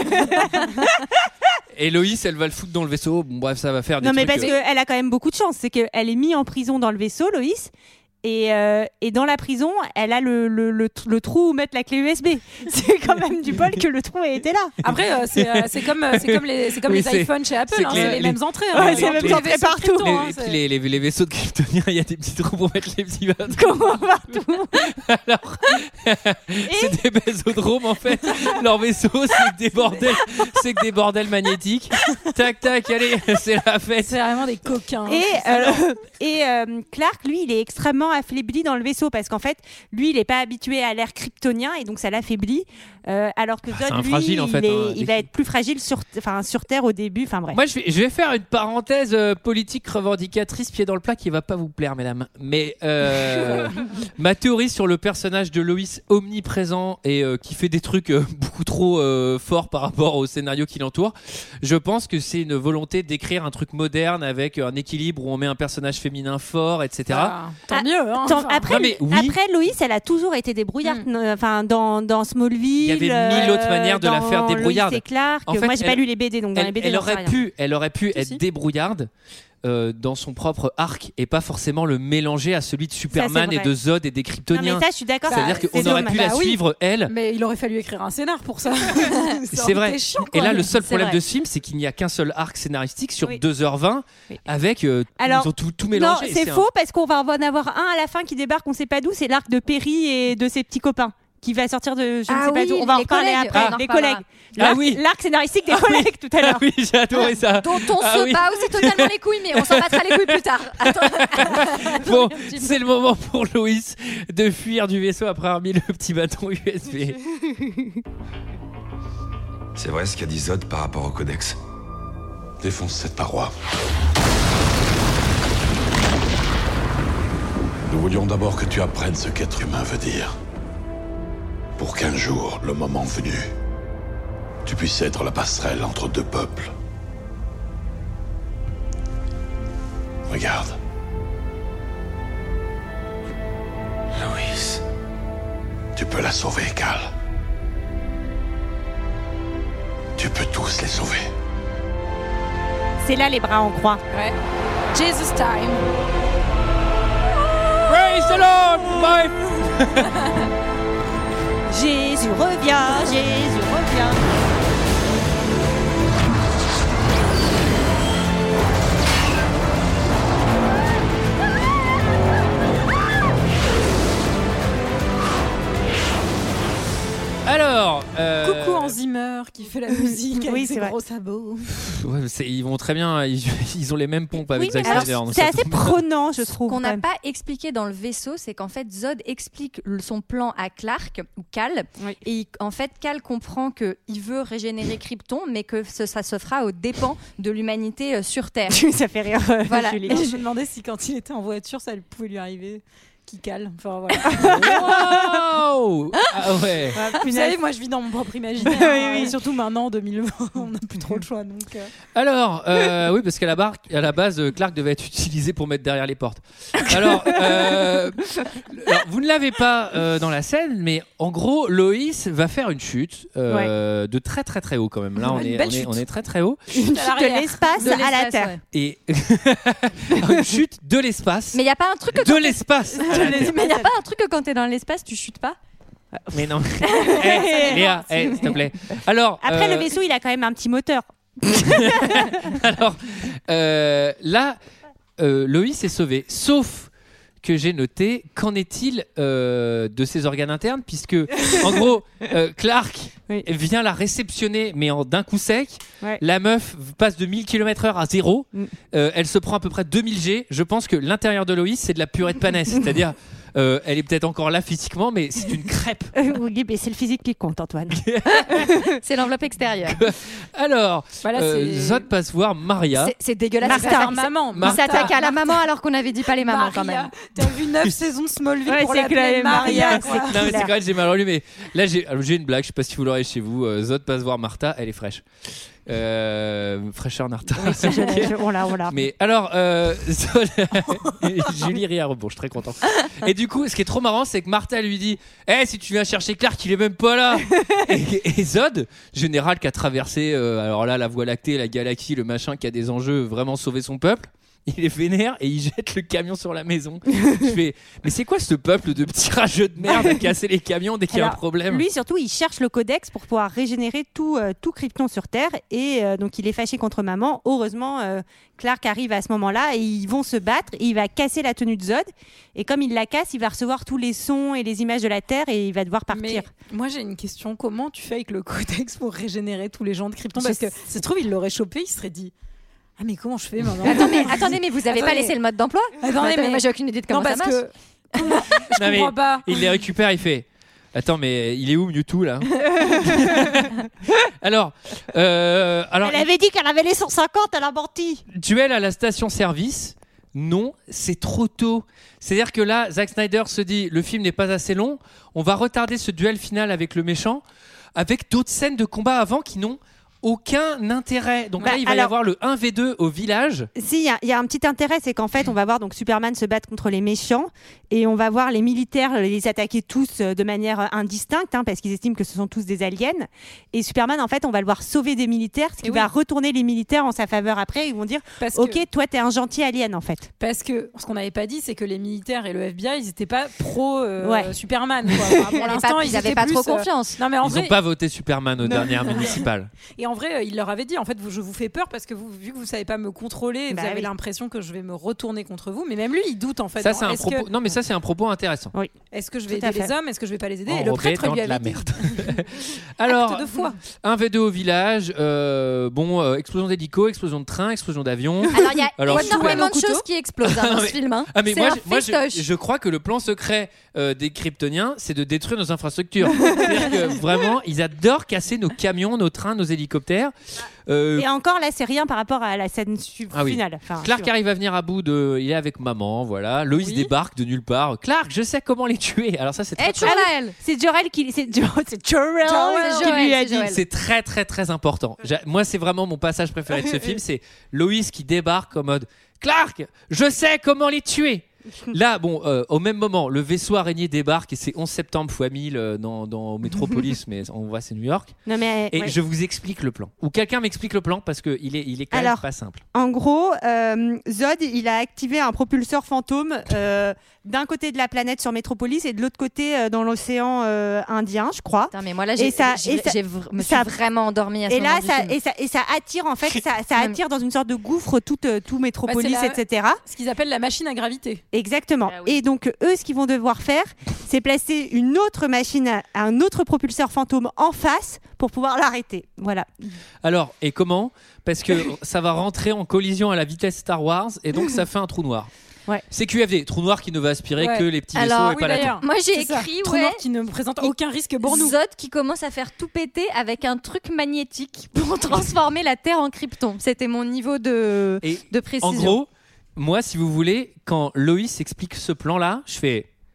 Et Loïs, elle va le foutre dans le vaisseau. Bon, bref, ça va faire des non, trucs. Non, mais parce euh... qu'elle a quand même beaucoup de chance. C'est qu'elle est mise en prison dans le vaisseau, Loïs. Et, euh, et dans la prison, elle a le, le, le, le trou où mettre la clé U S B. C'est quand même du bol que le trou ait été là. Après, euh, c'est, euh, c'est comme, c'est comme les, c'est comme oui, les c'est, iPhones chez Apple, c'est, hein, les, c'est les, les mêmes entrées. Ouais, hein, c'est les mêmes entrées partout. Les, hein, les, les, les vaisseaux de kryptoniens, il y a des petits trous pour mettre les petits bâtons. Comment partout? Alors, c'est des bésodromes en fait. Leur vaisseau, c'est que des bordels, c'est que des bordels magnétiques. Tac, tac, allez, c'est la fête. C'est vraiment des coquins. Et, euh, et euh, Clark, lui, il est extrêmement affaibli dans le vaisseau parce qu'en fait, lui, il n'est pas habitué à l'air kryptonien et donc ça l'affaiblit. Euh, alors que Zod, ah, lui, fragile, en fait, il, est, hein, il va être plus fragile sur, enfin, sur Terre au début. Enfin bref. Moi, je vais, je vais faire une parenthèse euh, politique revendicatrice, pied dans le plat, qui va pas vous plaire, mesdames. Mais euh, ma théorie sur le personnage de Loïs omniprésent et euh, qui fait des trucs euh, beaucoup trop euh, forts par rapport au scénario qui l'entoure, je pense que c'est une volonté d'écrire un truc moderne avec un équilibre où on met un personnage féminin fort, et cetera. Ah, tant mieux. Hein, tant, enfin. après, non, mais oui. après, Loïs, elle a toujours été débrouillarde. Mm. Enfin, dans, dans Smallville. Il y avait mille autres manières de la faire débrouillarde. Loïs et Clark. En fait, moi, j'ai elle, pas lu les B D, donc dans elle, les B D, elle aurait pu, elle aurait pu si, être si. débrouillarde. Euh, dans son propre arc et pas forcément le mélanger à celui de Superman ça, et de Zod et des Kryptoniens. Non, mais ça, je suis d'accord. C'est-à-dire bah, qu'on c'est aurait dommage. pu la bah, oui. suivre, elle. Mais il aurait fallu écrire un scénar pour ça. C'est ça vrai. Chiant, et là, le seul c'est problème vrai. de ce film, c'est qu'il n'y a qu'un seul arc scénaristique sur oui. deux heures vingt oui. avec. Euh, Alors, ils ont tout, tout mélangé. Non, c'est, c'est faux un... parce qu'on va en avoir un à la fin qui débarque, on sait pas d'où. C'est l'arc de Perry et de ses petits copains. Qui va sortir de je ne ah sais pas oui, d'où. On va en reparler collègues. après. Ah, les collègues. Ah L'arc, oui. l'arc scénaristique des ah collègues oui. tout à l'heure. Ah oui, j'ai adoré ça. Dont on ah se oui. bat aussi totalement les couilles, mais on s'en battra les couilles plus tard. Attends. Bon, c'est le moment pour Loïs de fuir du vaisseau après avoir mis le petit bâton U S B. C'est vrai ce qu'a dit Zod par rapport au codex. Défonce cette paroi. Nous voulions d'abord que tu apprennes ce qu'être humain veut dire. Pour qu'un jour, le moment venu, tu puisses être la passerelle entre deux peuples. Regarde. Loïs. Tu peux la sauver, Cal. Tu peux tous les sauver. C'est là les bras en croix. Ouais. Jesus time. Praise the Lord, bye. Jésus revient, Jésus revient. Alors, euh... coucou Hans Zimmer qui fait la musique avec oui, ses c'est gros vrai. sabots. Ouais, c'est, ils vont très bien, ils, ils ont les mêmes pompes avec Oui, Zack alors, Snyder. c'est assez prenant, je trouve. Ce qu'on n'a pas expliqué dans le vaisseau, c'est qu'en fait Zod explique son plan à Clark ou Cal, oui. et il, en fait Cal comprend que il veut régénérer Krypton, mais que ce, ça se fera aux dépens de l'humanité euh, sur Terre. Ça fait rire. Euh, voilà. Et je me demandais si quand il était en voiture, ça pouvait lui arriver. qui cale. Enfin voilà. Wow ah ouais. Vous savez, moi je vis dans mon propre imaginaire. Oui, hein, oui. et surtout maintenant en deux mille vingt, on n'a plus trop le choix. Donc, euh... Alors, euh, oui, parce qu'à la, barre, à la base, Clark devait être utilisé pour mettre derrière les portes. Alors, euh, alors vous ne l'avez pas euh, dans la scène, mais en gros, Loïs va faire une chute euh, ouais. de très très très haut quand même. Là, on est, on est, on est très très haut. Une chute de l'espace De à la l'espace, Terre. ouais. Et une chute de l'espace. Mais il n'y a pas un truc que de quand l'espace. t'es- Mais il n'y a pas un truc que quand t'es dans l'espace, tu chutes pas. Mais non. hey, Léa, hey, s'il te plaît. Alors. Après, euh, le vaisseau, il a quand même un petit moteur. Alors, euh, là, euh, Loïs est sauvé. Sauf que j'ai noté, qu'en est-il euh, de ses organes internes, puisque, en gros, euh, Clark oui. vient la réceptionner, mais en, d'un coup sec. Ouais. La meuf passe de mille kilomètres heure à zéro. Mm. Euh, elle se prend à peu près deux mille G. Je pense que l'intérieur de Loïs, c'est de la purée de panesse. C'est-à-dire... Euh, elle est peut-être encore là physiquement, mais c'est une crêpe. Euh, oui, mais c'est le physique qui compte, Antoine. C'est l'enveloppe extérieure. Alors, voilà, euh, Zod passe voir Maria. C'est, c'est dégueulasse. Martha, maman. Il s'attaque à la maman alors qu'on avait dit pas les mamans Maria, quand même. T'as vu neuf saisons de Smallville ouais, pour l'appeler Maria. Maria quoi. Non mais c'est quand même j'ai mal relu, mais là j'ai, alors, j'ai une blague, je sais pas si vous l'aurez chez vous. Euh, Zod passe voir Martha, elle est fraîche. Euh, fraîcheur Narta. Oui, c'est je, je, on l'a, on l'a. Mais alors, euh, Julie rit à rebours, je suis très content. Et du coup, ce qui est trop marrant, c'est que Martha lui dit « Eh, hey, si tu viens chercher Clark, il est même pas là !» et, et Zod, général qui a traversé, euh, alors là, la Voie lactée, la galaxie, le machin, qui a des enjeux, vraiment sauver son peuple. Il est vénère et il jette le camion sur la maison. Je fais, mais c'est quoi ce peuple de petits rageux de merde à casser les camions dès qu'il Alors, y a un problème? Lui, surtout, il cherche le codex pour pouvoir régénérer tout, euh, tout Krypton sur Terre. Et euh, donc, il est fâché contre maman. Heureusement, euh, Clark arrive à ce moment-là et ils vont se battre. Et il va casser la tenue de Zod. Et comme il la casse, il va recevoir tous les sons et les images de la Terre et il va devoir partir. Mais moi, j'ai une question. Comment tu fais avec le codex pour régénérer tous les gens de Krypton? Parce que, ça se trouve, il l'aurait chopé, il serait dit... Ah mais comment je fais maintenant? Attends, mais, attendez mais vous avez attendez. pas laissé le mode d'emploi? Attendez mais moi j'ai aucune idée de comment non, ça parce marche. Que... Comment... Je non, comprends pas. Il les récupère, il fait attends mais il est où Mewtwo là? alors, euh, alors elle avait dit qu'elle avait les cent cinquante, elle a menti. Duel à la station service. Non, c'est trop tôt. C'est-à-dire que là, Zack Snyder se dit le film n'est pas assez long, on va retarder ce duel final avec le méchant, avec d'autres scènes de combat avant qui n'ont aucun intérêt. Donc bah, là, il va alors, y avoir le un v deux au village. Si, il y, y a un petit intérêt, c'est qu'en fait, on va voir donc Superman se battre contre les méchants et on va voir les militaires les attaquer tous de manière indistincte, hein, parce qu'ils estiment que ce sont tous des aliens. Et Superman, en fait, on va le voir sauver des militaires, ce qui et va oui. retourner les militaires en sa faveur après. Ils vont dire, parce ok, que, toi, t'es un gentil alien, en fait. Parce que ce qu'on n'avait pas dit, c'est que les militaires et le F B I, ils n'étaient pas pro euh, ouais. Superman. Quoi. Enfin, pour l'instant, ils n'avaient pas, pas trop plus, confiance. Euh... Non, mais en ils vrai... n'ont pas voté Superman aux dernières municipales. Et en vrai, il leur avait dit, en fait, je vous fais peur parce que vous, vu que vous savez pas me contrôler, bah vous avez oui. l'impression que je vais me retourner contre vous. Mais même lui, il doute en fait. Ça, c'est un propos... que... Non, mais ça, c'est un propos intéressant. Oui. Est-ce que je vais Tout aider les hommes? Est-ce que je vais pas les aider? En Et le prêtre lui avait la dit. Merde. Alors, un v deux au village. Euh, bon, euh, explosion d'hélico, explosion de train, explosion d'avion. Alors, il y a Alors, énormément de choses qui explosent hein, dans ce film. Hein. Ah, mais c'est moi, un je, moi je, je crois que le plan secret euh, des Kryptoniens, c'est de détruire nos infrastructures. C'est-à-dire que vraiment, ils adorent casser nos camions, nos trains, nos hélicoptères. Euh... Et encore là, c'est rien par rapport à la scène su- ah oui. finale. Enfin, Clark sûr. arrive à venir à bout de. Il est avec maman, voilà. Lois oui. débarque de nulle part. Clark, je sais comment les tuer. Alors ça, c'est très. Hey, très... Ah, c'est Jor-El qui. C'est Jor-El c'est Jor-El c'est qui lui a c'est dit. Joël. C'est très très très important. J'ai... Moi, c'est vraiment mon passage préféré de ce film. C'est Lois qui débarque en mode Clark, je sais comment les tuer. Là, bon, euh, au même moment, le vaisseau araignée débarque et c'est onze septembre fois mille euh, dans, dans Metropolis, mais on voit c'est New York. Non, mais, et ouais. je vous explique le plan. Ou quelqu'un m'explique le plan parce qu'il est, il est quand Alors, même pas simple. En gros, euh, Zod, il a activé un propulseur fantôme euh, d'un côté de la planète sur Metropolis et de l'autre côté euh, dans l'océan euh, Indien, je crois. Putain, mais moi là, j'ai, ça, j'ai, ça, j'ai, je me suis ça, vraiment endormie à ce et moment là, du ça, film. Et ça, et ça attire en fait, ça, ça attire dans une sorte de gouffre tout, tout Metropolis, bah, la, et cetera. Ce qu'ils appellent la machine à gravité. Exactement. Ah, oui. Et donc eux, ce qu'ils vont devoir faire, c'est placer une autre machine, à, un autre propulseur fantôme en face pour pouvoir l'arrêter. Voilà. Alors, et comment? Parce que ça va rentrer en collision à la vitesse Star Wars et donc ça fait un trou noir. Ouais. C'est Q F D, trou noir qui ne va aspirer ouais. que les petits Alors, vaisseaux et oui, pas la Terre. Moi j'ai c'est écrit trou ouais, noir qui ne présente aucun risque pour nous. Zod qui commence à faire tout péter avec un truc magnétique pour transformer la Terre en Krypton. C'était mon niveau de, et de précision. En gros, moi si vous voulez, quand Lois explique ce plan-là, je fais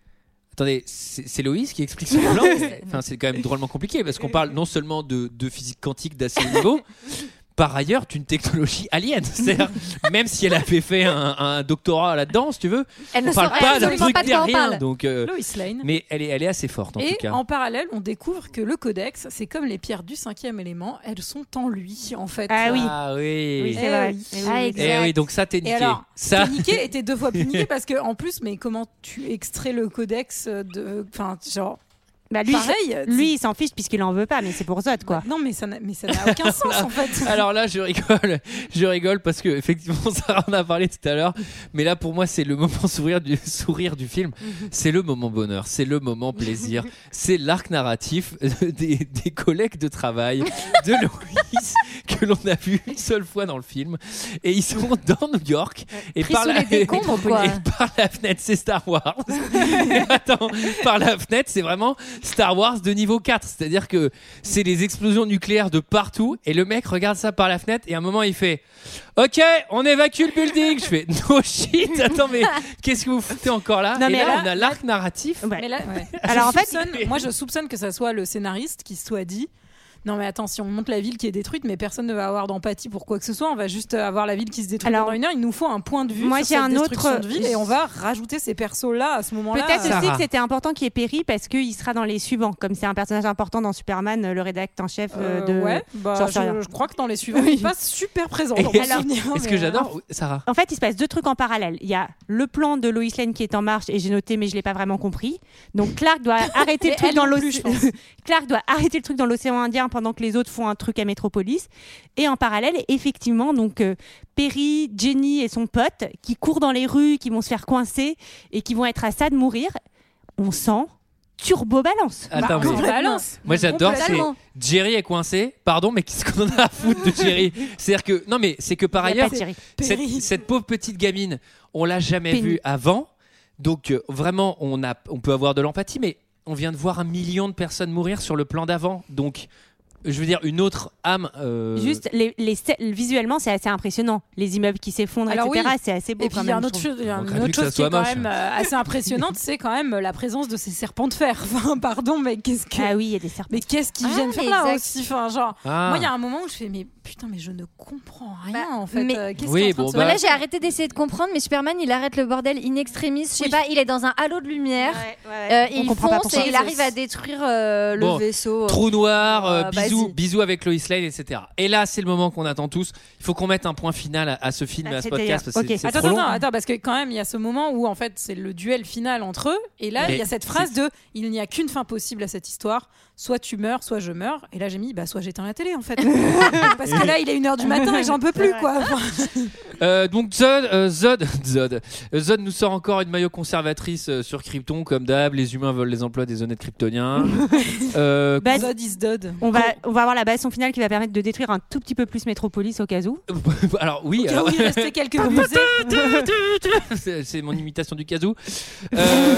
Attendez, c'est, c'est Loïs qui explique son plan. Enfin, c'est quand même drôlement compliqué parce qu'on parle non seulement de, de physique quantique d'assez haut niveau, par ailleurs d'une technologie alien. C'est-à-dire, même si elle avait fait un, un doctorat là-dedans, si tu veux, elle on ne parle pas d'un truc pas terrien. Donc, euh, Lois Lane. Mais elle est, elle est assez forte en Et tout cas. en parallèle, on découvre que le codex, c'est comme les pierres du cinquième élément, elles sont en lui en fait. Ah oui. Ah oui. Oui, c'est vrai. oui. Ah, Et oui, donc ça t'es Et niqué. alors, ça... t'es niqué et t'es deux fois plus niqué parce que en plus, mais comment tu extrais le codex de, enfin genre. Bah lui, Pareil, lui il s'en fiche puisqu'il en veut pas, mais c'est pour Zod quoi. Bah, non, mais ça n'a, mais ça n'a aucun sens là, en fait. Alors là, je rigole, je rigole parce que effectivement, ça en a parlé tout à l'heure. Mais là, pour moi, c'est le moment sourire du sourire du film. C'est le moment bonheur, c'est le moment plaisir, c'est l'arc narratif des, des collègues de travail de Loïs que l'on a vu une seule fois dans le film. Et ils sont dans New York et Pris par sous la les décombres, quoi. et par la fenêtre, c'est Star Wars. Et attends, par la fenêtre, c'est vraiment Star Wars de niveau quatre, c'est-à-dire que c'est les explosions nucléaires de partout et le mec regarde ça par la fenêtre et à un moment il fait ok, on évacue le building. Je fais no shit, attends mais qu'est-ce que vous foutez encore là? Non, Et mais là, là- on a l'arc narratif. Mais là, ouais. Alors, Je en fait, soupçonne- moi je soupçonne que ça soit le scénariste qui se soit dit non mais attends, si on monte la ville qui est détruite, mais personne ne va avoir d'empathie pour quoi que ce soit, on va juste avoir la ville qui se détruit Alors, pendant une heure. Il nous faut un point de vue moi, sur j'ai cette un destruction autre- de ville et on va rajouter ces persos là à ce moment-là. Peut-être Euh, aussi que c'était important qu'il y ait Perry parce qu'il sera dans les suivants, comme c'est un personnage important dans Superman, le rédacteur en chef euh, de. Euh, ouais, bah, J'en sais rien. je, je crois que dans les suivants, il passe super présent. Et dans mon alors, souvenir, est-ce mais, que euh, j'adore, Sarah? En fait, il se passe deux trucs en parallèle. Il y a le plan de Lois Lane qui est en marche et j'ai noté, mais je l'ai pas vraiment compris. Donc Clark doit arrêter le Et truc elle dans non plus, l'océan. je pense. Clark doit arrêter le truc dans l'océan Indien pendant que les autres font un truc à Metropolis. Et en parallèle, effectivement, donc euh, Perry, Jenny et son pote qui courent dans les rues, qui vont se faire coincer et qui vont être à ça de mourir. On sent turbo balance. Attends, Bah, mais- balance. Moi j'adore, c'est Complètement. Jerry est coincé. Pardon, mais qu'est-ce qu'on en a à foutre de Jerry? C'est-à-dire que non, mais c'est que par Il y a ailleurs, pas de Jerry. cette, Perry. cette pauvre petite gamine, on l'a jamais Penny. vue avant. Donc euh, vraiment, on a, on peut avoir de l'empathie, mais on vient de voir un million de personnes mourir sur le plan d'avant. Donc je veux dire, une autre âme. euh, Juste, les, les, visuellement, c'est assez impressionnant. Les immeubles qui s'effondrent, Alors et cetera. oui. C'est assez beau Et puis quand il y a même. un je autre trouve. chose, il y a On une aurait vu autre que ça chose qui est soit quand moche. même euh, assez impressionnante, c'est quand même la présence de ces serpents de fer. Enfin, pardon, mais qu'est-ce que. Ah oui, il y a des serpents. Mais qu'est-ce qu'ils Ah, viennent mais faire là exact. aussi, enfin, genre. Ah. Moi, il y a un moment où je fais, mais putain, mais je ne comprends rien Bah, en fait. mais- Euh, qu'est-ce Oui, qui est en train bon, de se bah- Là, passer j'ai arrêté d'essayer de comprendre, mais Superman, il arrête le bordel in extremis. Je sais Oui. pas, il est dans un halo de lumière. Ouais, ouais. Euh, On il comprend pas fonce pourquoi. et il arrive à détruire euh, le Bon, vaisseau. Trou noir, euh, Euh, bisous, vas-y. bisous avec Lois Lane, et cetera. Et là, c'est le moment qu'on attend tous. Il faut qu'on mette un point final à, à ce film et à ce C'était- podcast parce que ok. c'est- c'est Attends, trop attends, long. attends, parce que quand même, il y a ce moment où en fait c'est le duel final entre eux, et là Mais il y a cette phrase de il n'y a qu'une fin possible à cette histoire, soit tu meurs, soit je meurs. Et là j'ai mis bah soit j'éteins la télé en fait, parce que là il est une heure du matin et j'en peux plus quoi. Enfin, Euh, donc Zod, euh, Zod, Zod, Euh, Zod nous sort encore une maillot conservatrice euh, sur Krypton, comme d'hab. Les humains veulent les emplois des honnêtes kryptoniens. euh, Bah, Zod is dead. on va, on va avoir la baston finale qui va permettre de détruire un tout petit peu plus Metropolis au cas où. alors oui, Au cas alors- où il restait quelques musées. c'est c'est mon imitation du casou. Euh,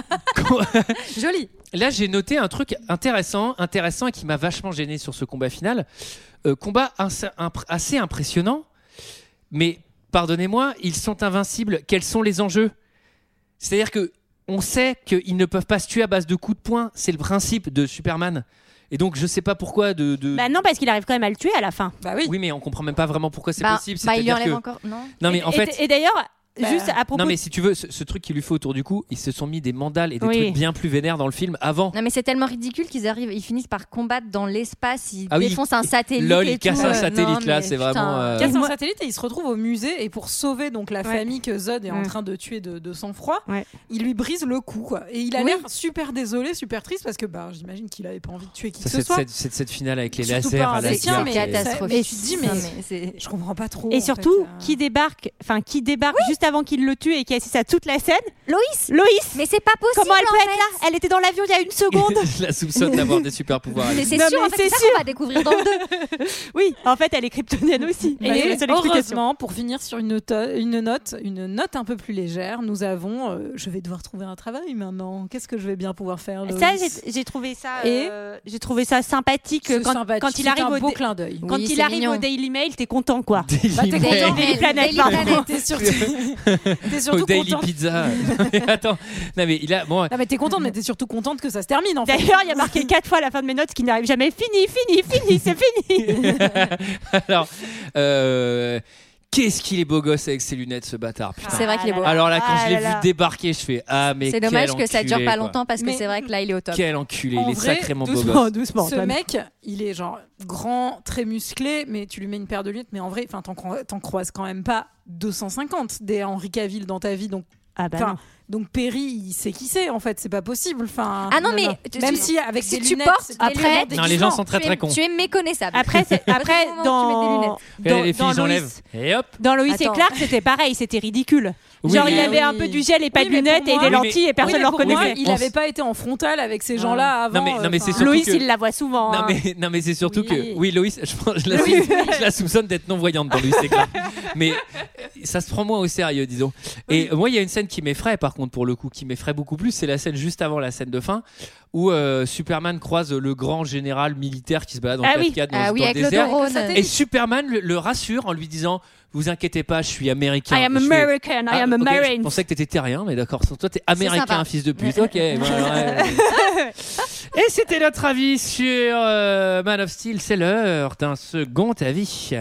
Joli. Là, j'ai noté un truc intéressant, intéressant et qui m'a vachement gêné sur ce combat final. Euh, combat assez, imp- assez impressionnant, mais pardonnez-moi, ils sont invincibles. Quels sont les enjeux? C'est-à-dire que on sait qu'ils ne peuvent pas se tuer à base de coups de poing. C'est le principe de Superman. Et donc, je sais pas pourquoi de. de... Bah non, parce qu'il arrive quand même à le tuer à la fin. Bah oui. Oui, mais on comprend même pas vraiment pourquoi c'est Bah, possible. bah, il lui C'est-à-dire enlève que- encore. Non. Non, mais Et- en et- fait. Et d'ailleurs, Bah, juste à propos. Non mais si tu veux, ce, ce truc qui lui fait autour du cou, ils se sont mis des mandales et des Oui. trucs bien plus vénères dans le film avant. Non mais c'est tellement ridicule qu'ils arrivent, ils finissent par combattre dans l'espace, ils Ah oui, défoncent un satellite. lol, et il casse tout. un Euh, satellite, non, là, mais c'est putain. vraiment, euh, Casse un Moi- satellite et il se retrouve au musée et pour sauver donc la Ouais. famille que Zod est en Ouais. train de tuer de, de sang-froid, Ouais. il lui brise le cou quoi. Et il a Oui. l'air super désolé, super triste parce que bah j'imagine qu'il avait pas envie de tuer qui Ça, que ce c'est soit. cette, cette, cette finale avec les Surtout lasers pas un à la Haïtien, guerre, mais c'est- catastrophique. mais tu te dis mais Non, mais c'est- je comprends pas trop. Et en surtout, fait, euh. qui débarque, enfin qui débarque juste avant qu'il le tue et qui assiste à toute la scène. Loïs. Loïs. Mais c'est pas possible. Comment elle peut en être fait. là? Elle était dans l'avion il y a une seconde. Je la soupçonne d'avoir des super pouvoirs. Mais c'est Non, sûr, mais en fait, c'est c'est ça sûr. qu'on va découvrir dans le deux. Oui, en fait, elle est kryptonienne aussi. Bah, c'est Et la seule explication. heureusement, pour finir sur une note, une note, une note un peu plus légère, nous avons. euh, je vais devoir trouver un travail maintenant. Qu'est-ce que je vais bien pouvoir faire Loïs Ça, j'ai- j'ai trouvé ça, Et euh, j'ai trouvé ça sympathique C'est quand, sympathique, quand il c'est arrive un au beau dé- clin d'œil. Quand Oui, il c'est arrive mignon. au Daily Mail, t'es content quoi. Bah, t'es Daily content. Mail. Daily Planet, Daily pardon. Planet. T'es sûr- T'es surtout au Daily contente. Pizza. Non, mais attends, non mais il a bon. Non mais t'es contente, mais t'es surtout contente que ça se termine en fait. D'ailleurs, il y a marqué quatre fois à la fin de mes notes qui n'arrive jamais. Fini, fini, fini, c'est fini. Alors, euh, qu'est-ce qu'il est beau gosse avec ses lunettes, ce bâtard. Putain. C'est vrai qu'il est beau. Alors là, quand Ah je l'ai là vu là. débarquer, je fais ah mais C'est dommage quel que ça dure enculé, pas quoi. longtemps parce que Mais- c'est vrai que là il est au top. Quel enculé, En il est vrai, sacrément beau doucement, gosse. doucement. Ce Antoine. mec, il est genre grand, très musclé, mais tu lui mets une paire de lunettes. Mais en vrai, enfin, t'en, cro- t'en croises quand même pas deux cent cinquante des Henri Cavill dans ta vie. Donc, Ah bah enfin, non. donc Perry, il sait qui c'est en fait. C'est pas possible. Enfin, Ah non, mais tu- même tu- si avec si des tu lunettes, portes c'est des des lunettes- lunettes Non, les gens déguisantes. sont très Tu très es- cons. Tu es méconnaissable. Après, c'est- après À partir du moment où tu mets des dans, lunettes. Regardez, les filles, dans j'enlève. Loïs- Et hop. dans Loïs et Attends. Clark, c'était pareil, c'était ridicule. Oui, Genre, mais- il avait un oui. peu du gel et pas Oui, de mais lunettes pour et moi- des Oui, mais- lentilles et personne Oui, ne mais le pour moi, reconnaissait. il avait pas été en frontal avec ces gens-là avant. Non, mais- non, mais c'est enfin, surtout Loïs, que- il la voit souvent. Non hein. mais, non mais c'est surtout Oui. que oui Loïs je, pense- je, la, Oui. je la soupçonne d'être non-voyante dans lui c'est clair mais ça se prend moins au sérieux disons et euh, moi il y a une scène qui m'effraie par contre pour le coup qui m'effraie beaucoup plus c'est la scène juste avant la scène de fin où euh, Superman croise le grand général militaire qui se balade en Ah oui. quatre quatre dans, Ah oui, dans le avec le désert drone. et Superman le, le rassure en lui disant vous inquiétez pas je suis américain. I am Je fais, American, I Ah, am a ok, Marine. Je pensais que t'étais terrien mais d'accord toi t'es américain sympa. fils de pute ok ouais, ouais. Et c'était notre avis sur euh, Man of Steel. C'est l'heure d'un second avis.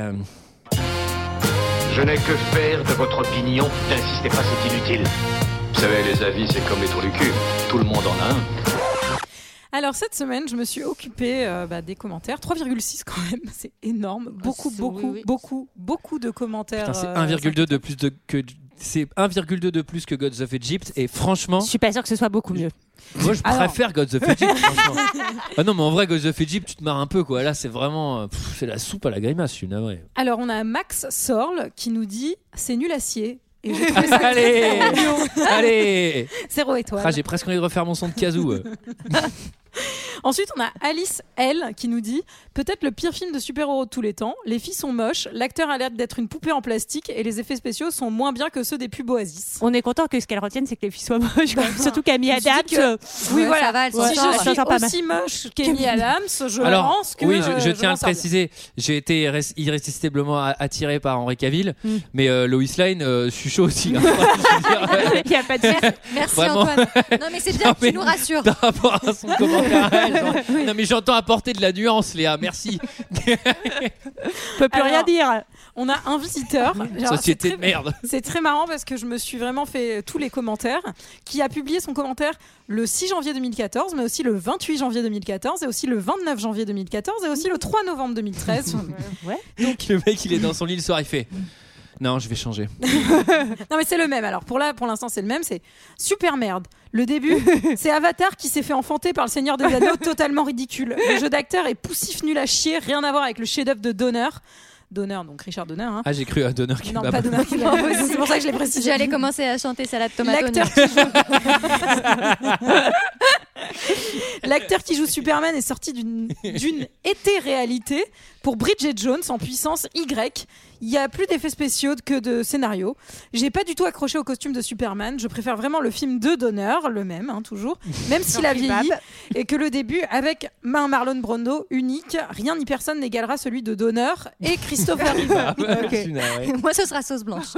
Je n'ai que faire de votre opinion. N'insistez pas, c'est inutile. Vous savez, les avis, c'est comme les trous du cul. Tout le monde en a un. Alors cette semaine, je me suis occupée euh, bah, des commentaires. trois virgule six quand même, c'est énorme. Beaucoup, c'est- beaucoup, oui, oui. beaucoup, beaucoup de commentaires. Putain, c'est euh, un virgule deux de plus de, que c'est un virgule deux de plus que Gods of Egypt et franchement, Je suis pas sûre que ce soit beaucoup mieux. moi je Alors. préfère Gods of Egypt. franchement. Ah non mais en vrai Gods of Egypt tu te marres un peu quoi. Là c'est vraiment euh, pff, c'est la soupe à la grimace, je suis navré. Alors on a Max Sorl qui nous dit c'est nul acier. Et j'ai trouvé ça très, Allez, très mignon. allez. Zéro étoile. Ah, j'ai presque envie de refaire mon son de kazoo. euh. Ensuite, on a Alice L qui nous dit peut-être le pire film de super-héros de tous les temps. Les filles sont moches, l'acteur a l'air d'être une poupée en plastique et les effets spéciaux sont moins bien que ceux des pubs Oasis. On est content que ce qu'elle retienne, c'est que les filles soient moches. quoi. Surtout Camille Je me suis Adams. dit que- euh, Oui, Ouais, voilà. ça va, elle s'en si sort. je Elle s'en suis sort pas aussi moche qu'Amy Adams, je Alors, pense que oui, je, je euh, tiens à m'en le sors bien. préciser. J'ai été res- irrésistiblement a- attiré par Henry Cavill, Mm. mais euh, Lois Lane, euh, je suis chaud aussi. hein. Je veux dire, euh, Il n'y a pas de Merci Vraiment. Antoine. Non mais c'est bien, Non, mais- tu nous rassures. par rapport à son commentaire à elle, genre, non mais j'entends apporter de la nuance, Léa. Merci. Je peux plus Alors, rien dire. On a un visiteur. Alors, Société c'est de très- merde. C'est très marrant parce que je me suis vraiment fait tous les commentaires. Qui a publié son commentaire le six janvier deux mille quatorze, mais aussi le vingt-huit janvier deux mille quatorze, et aussi le vingt-neuf janvier deux mille quatorze, et aussi le trois novembre deux mille treize. Ouais. Le mec, il est dans son lit le soir, il fait. Non, je vais changer. Non mais c'est le même. Alors pour là, pour l'instant, c'est le même. C'est super merde. Le début, c'est Avatar qui s'est fait enfanter par le Seigneur des Anneaux, totalement ridicule. Le jeu d'acteur est poussif, nul à chier, rien à voir avec le chef-d'œuvre de Donner. Donner, donc Richard Donner. Hein. Ah, j'ai cru à Donner qui Non, pas Donner. C'est pour ça que je l'ai précisé. J'allais commencer à chanter salade tomate. L'acteur qui joue... L'acteur qui joue Superman est sorti d'une d'une été-réalité pour Bridget Jones en puissance Y. Il y a plus d'effets spéciaux que de scénario. J'ai pas du tout accroché au costume de Superman. Je préfère vraiment le film de Donner, le même, hein, toujours, même s'il a vieilli, et que le début avec un Marlon Brando unique. Rien ni personne n'égalera celui de Donner et Christopher Reeve. Ah, ouais, Ok. je suis navré. Moi ce sera sauce blanche.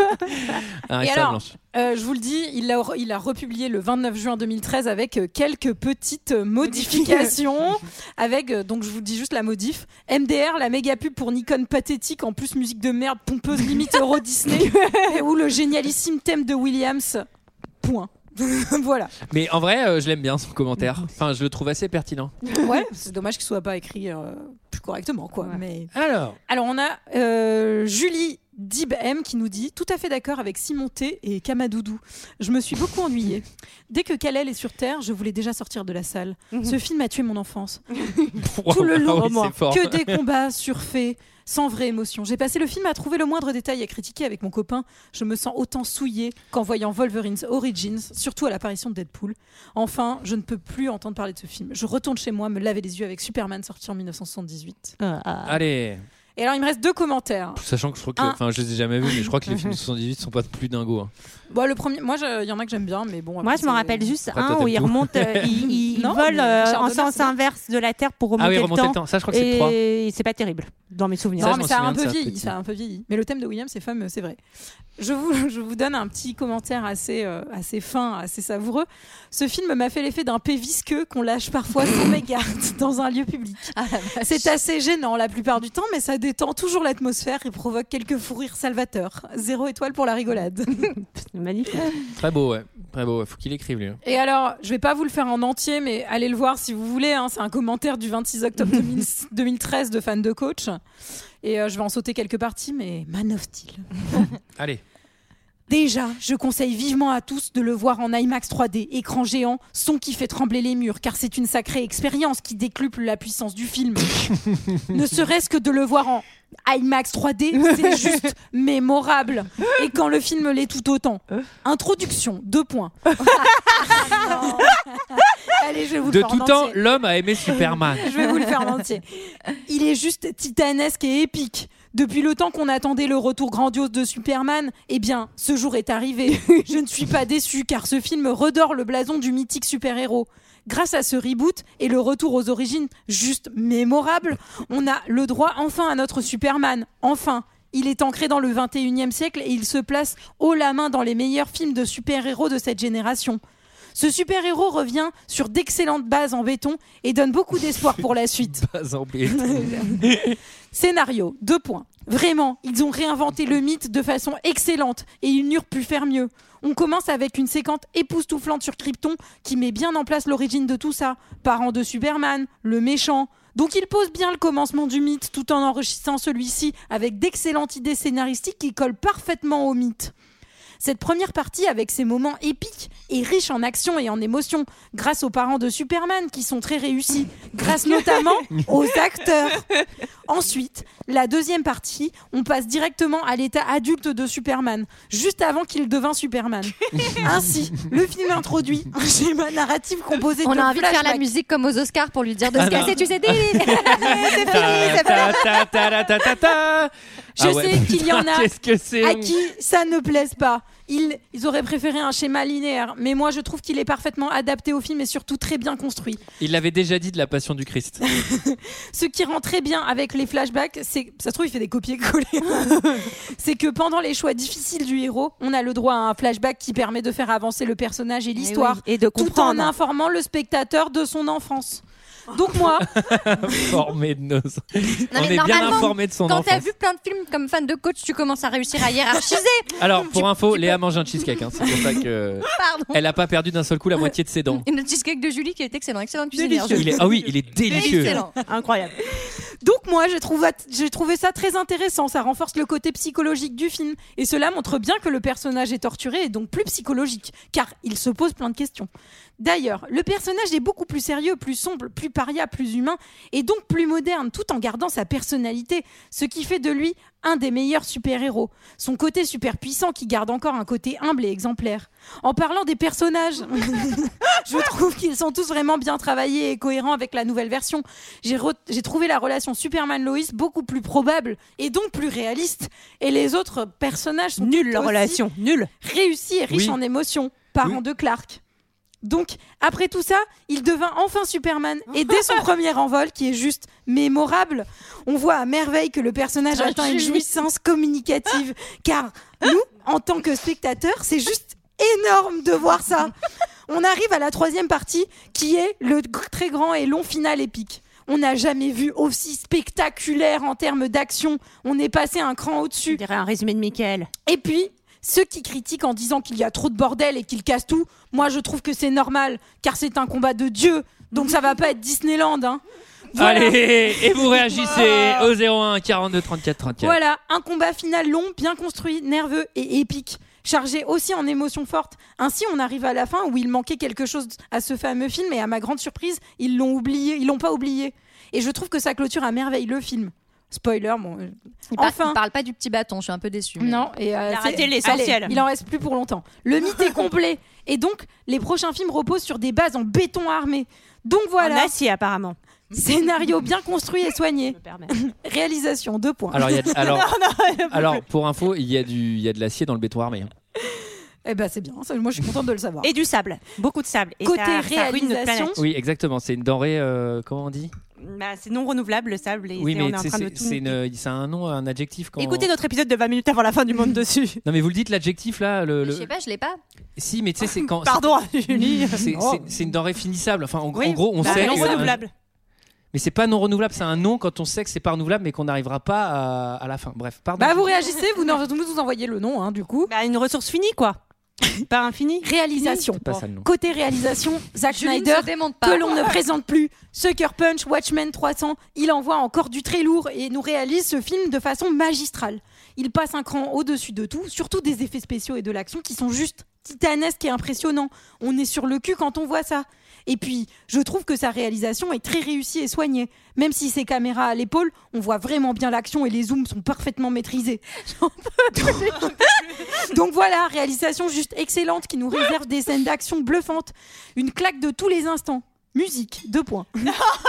Ah, Et ça, alors, Blanche. euh, je vous le dis, il a, il a republié le vingt-neuf juin deux mille treize avec euh, quelques petites euh, modifications. avec, euh, donc je vous dis juste la modif. M D R, la méga pub pour Nikon pathétique, en plus musique de merde, pompeuse limite Euro Disney, et ou le génialissime thème de Williams. Point. Voilà. Mais en vrai, euh, je l'aime bien son commentaire. Enfin, je le trouve assez pertinent. Ouais, c'est dommage qu'il soit pas écrit euh, plus correctement, quoi. Mais Alors, alors on a euh, Julie Dib M qui nous dit tout à fait d'accord avec Simon T et Kamadoudou. Je me suis beaucoup ennuyée. Dès que Kal-El est sur Terre, je voulais déjà sortir de la salle. Ce film a tué mon enfance. Tout le long, ah oui, c'est fort. que des combats surfaits, sans vraie émotion. J'ai passé le film à trouver le moindre détail et à critiquer avec mon copain. Je me sens autant souillée qu'en voyant Wolverine's Origins, surtout à l'apparition de Deadpool. Enfin, je ne peux plus entendre parler de ce film. Je retourne chez moi me laver les yeux avec Superman sorti en mille neuf cent soixante-dixhuit. Allez. Et alors, il me reste deux commentaires. Sachant que je crois que, enfin, je les ai jamais vus, mais je crois que les films de soixante-dix-huit sont pas plus dingos. Hein. Bon, le premier, moi, il y en a que j'aime bien, mais bon. Moi, je me rappelle juste après, un où ils remontent, euh, ils, ils volent euh, en sens inverse de la Terre pour remonter, ah oui, le, remonter temps. le temps. Ça, je crois que c'est le trois. Et c'est pas terrible dans mes souvenirs. Non, ça, mais ça a un peu ça, vieilli, ça a un peu vieilli. Mais le thème de Williams, c'est fameux, c'est vrai. Je vous, je vous donne un petit commentaire assez, euh, assez fin, assez savoureux. Ce film m'a fait l'effet d'un P visqueux qu'on lâche parfois sous mégarde dans un lieu public. Ah, c'est assez gênant la plupart du temps, mais ça détend toujours l'atmosphère et provoque quelques fous rires salvateurs. Zéro étoile pour la rigolade. C'est magnifique. Très beau, ouais. Très beau. Faut qu'il écrive lui. Et alors, je vais pas vous le faire en entier, mais allez le voir si vous voulez. Hein. C'est un commentaire du vingt-six octobre deux mille treize de fan de coach. Et euh, je vais en sauter quelques parties, mais Man of Steel. Allez. Déjà, je conseille vivement à tous de le voir en IMAX trois D, écran géant, son qui fait trembler les murs, car c'est une sacrée expérience qui décuple la puissance du film. Ne serait-ce que de le voir en IMAX trois D, c'est juste mémorable. Et quand le film l'est tout autant. Introduction, deux points. Allez, je vais vous de le faire tout en temps, entier. l'homme a aimé Superman. Je vais vous le faire en entier. Il est juste titanesque et épique. Depuis le temps qu'on attendait le retour grandiose de Superman, eh bien, ce jour est arrivé. Je ne suis pas déçue car ce film redore le blason du mythique super-héros. Grâce à ce reboot et le retour aux origines juste mémorable, on a le droit enfin à notre Superman. Enfin. Il est ancré dans le vingt et unième siècle et il se place haut la main dans les meilleurs films de super-héros de cette génération. Ce super-héros revient sur d'excellentes bases en béton et donne beaucoup d'espoir pour la suite. Bases en béton. Scénario, deux points. Vraiment, ils ont réinventé le mythe de façon excellente et ils n'eurent pu faire mieux. On commence avec une séquence époustouflante sur Krypton qui met bien en place l'origine de tout ça. Parent de Superman, le méchant. Donc il pose bien le commencement du mythe tout en enrichissant celui-ci avec d'excellentes idées scénaristiques qui collent parfaitement au mythe. Cette première partie, avec ses moments épiques, est riche en action et en émotions, grâce aux parents de Superman qui sont très réussis, grâce notamment aux acteurs. Ensuite, la deuxième partie, on passe directement à l'état adulte de Superman, juste avant qu'il devint Superman. Ainsi, le film introduit un schéma narratif composé On de a envie de faire la flashbacks. musique comme aux Oscars pour lui dire de Ah se non. casser, tu sais, Dylan. C'est fini, c'est Ta, ta, ta, ta, ta, ta, ta. Je Ah ouais. sais qu'il y en a Qu'est-ce que c'est à qui ça ne plaise pas. Ils, ils auraient préféré un schéma linéaire, mais moi je trouve qu'il est parfaitement adapté au film et surtout très bien construit. Il l'avait déjà dit de la Passion du Christ. Ce qui rend très bien avec les flashbacks, c'est, ça se trouve il fait des copier-coller, c'est que pendant les choix difficiles du héros, on a le droit à un flashback qui permet de faire avancer le personnage et l'histoire, oui, et de tout en comprendre. informant le spectateur de son enfance. Donc moi, Informé de nos. Non, On mais est bien normalement, informé de son quand t'as enfance. vu plein de films comme fan de coach, tu commences à réussir à hiérarchiser. Alors, pour info, Léa mange un cheesecake. Hein. C'est pour ça que. Pardon. Elle a pas perdu d'un seul coup la moitié de ses dents. Et le cheesecake de Julie qui est excellent, excellent cuisinière. Il est... Ah oui, il est délicieux. Excellent. Incroyable. Donc moi, j'ai trouvé, j'ai trouvé ça très intéressant. Ça renforce le côté psychologique du film. Et cela montre bien que le personnage est torturé et donc plus psychologique, car il se pose plein de questions. D'ailleurs, le personnage est beaucoup plus sérieux, plus sombre, plus paria, plus humain, et donc plus moderne, tout en gardant sa personnalité, ce qui fait de lui un des meilleurs super-héros. Son côté super puissant qui garde encore un côté humble et exemplaire. En parlant des personnages, je trouve qu'ils sont tous vraiment bien travaillés et cohérents avec la nouvelle version. J'ai, re- j'ai trouvé la relation Superman-Lois beaucoup plus probable et donc plus réaliste. Et les autres personnages sont Nulle tout la aussi relation, nulle. réussis et riches Oui. en émotions. Parents Oui. de Clark. Donc, après tout ça, il devint enfin Superman. Et dès son premier envol, qui est juste mémorable, on voit à merveille que le personnage Ah, atteint une Julie. jouissance communicative. Car nous, en tant que spectateurs, c'est juste énorme de voir ça. On arrive à la troisième partie, qui est le g- très grand et long final épique. On n'a jamais vu aussi spectaculaire en termes d'action. On est passé un cran au-dessus. Je dirais un résumé de Michael. Et puis, ceux qui critiquent en disant qu'il y a trop de bordel et qu'il casse tout, moi je trouve que c'est normal, car c'est un combat de dieu, donc ça va pas être Disneyland. Hein. Voilà. Allez, et vous réagissez au zéro un quarante-deux trente-quatre trente-quatre. Voilà, un combat final long, bien construit, nerveux et épique, chargé aussi en émotions fortes. Ainsi, on arrive à la fin où il manquait quelque chose à ce fameux film, et à ma grande surprise, ils l'ont oublié, ils l'ont pas oublié. Et je trouve que ça clôture à merveille le film. Spoiler, bon. euh, Il, par- enfin. il parle pas du petit bâton, je suis un peu déçue. mais- Non, et euh, Il a c'est- raté l'essentiel. Allez, il en reste plus pour longtemps. Le mythe est complet, et donc les prochains films reposent sur des bases en béton armé. Donc voilà. En acier apparemment. Scénario bien construit et soigné. Réalisation, deux points. Alors, il y a, alors, Non, non, alors pour info, il y a du, il y a de l'acier dans le béton armé. Hein. Eh ben c'est bien, ça, moi je suis contente de le savoir. Et du sable, beaucoup de sable. Et Côté ça, ça ruine notre réalisation, planète. Oui, exactement. C'est une denrée, euh, comment on dit? Bah, c'est non renouvelable le sable. Et Oui, c'est- mais on est en c'est, train de c'est, tout c'est niquer. une, c'est un nom, un adjectif. Quand... Écoutez notre épisode de vingt minutes avant la fin du monde dessus. Non, mais vous le dites l'adjectif là. Le, Je le... sais pas, je l'ai pas. Si, mais tu sais, c'est quand. Pardon, c'est... Julie. C'est, Oh. c'est, c'est une denrée finissable. Enfin, en, Oui, en gros, on bah, sait non que. renouvelable. Mais c'est pas non renouvelable, c'est un nom quand on sait que c'est pas renouvelable, mais qu'on n'arrivera pas à, à la fin. Bref, pardon. bah vous réagissez, vous nous, vous nous envoyez le nom, hein, du coup. Bah, une ressource finie, quoi. Pas infini. Réalisation. C'est pas ça le nom. Côté réalisation, Zack Julie ne Snyder, se démonte pas. que l'on ne présente plus. Sucker Punch, Watchmen trois cents, il envoie encore du très lourd et nous réalise ce film de façon magistrale. Il passe un cran au-dessus de tout, surtout des effets spéciaux et de l'action qui sont juste titanesques et impressionnants. On est sur le cul quand on voit ça. Et puis, je trouve que sa réalisation est très réussie et soignée. Même si ses caméras à l'épaule, on voit vraiment bien l'action et les zooms sont parfaitement maîtrisés. J'en peux plus. Donc voilà, réalisation juste excellente qui nous réserve des scènes d'action bluffantes. Une claque de tous les instants. Musique, deux points. Julie,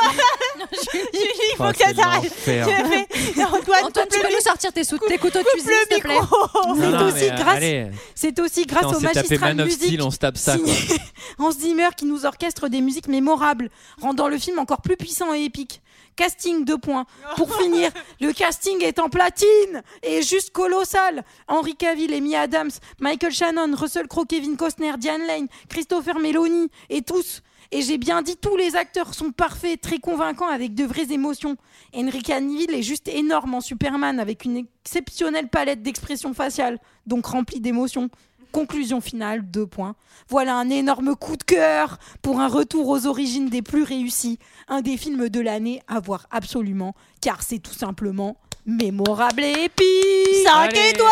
il faut Oh, que c'est ça s'arrête. l'enfer. Tu as fait- Antoine, Antoine, tu peux nous sortir tes, sous- tes couteaux de cuisine, s'il te plaît? Non, C'est non, aussi mais, euh, grâce, allez. c'est aussi grâce Putain, on au s'est tapé magistral Man of musique Steel, on se tape ça, quoi. signé Hans Zimmer qui nous orchestre des musiques mémorables, rendant le film encore plus puissant et épique. Casting, deux points. Pour finir, le casting est en platine et juste colossal. Henry Cavill, Amy Adams, Michael Shannon, Russell Crowe, Kevin Costner, Diane Lane, Christopher Meloni et tous. Et j'ai bien dit, tous les acteurs sont parfaits, très convaincants, avec de vraies émotions. Henry Cavill est juste énorme en Superman, avec une exceptionnelle palette d'expressions faciales, donc remplie d'émotions. Conclusion finale, deux points. Voilà un énorme coup de cœur pour un retour aux origines des plus réussis. Un des films de l'année à voir absolument, car c'est tout simplement mémorable et épique. cinq Allez. étoiles.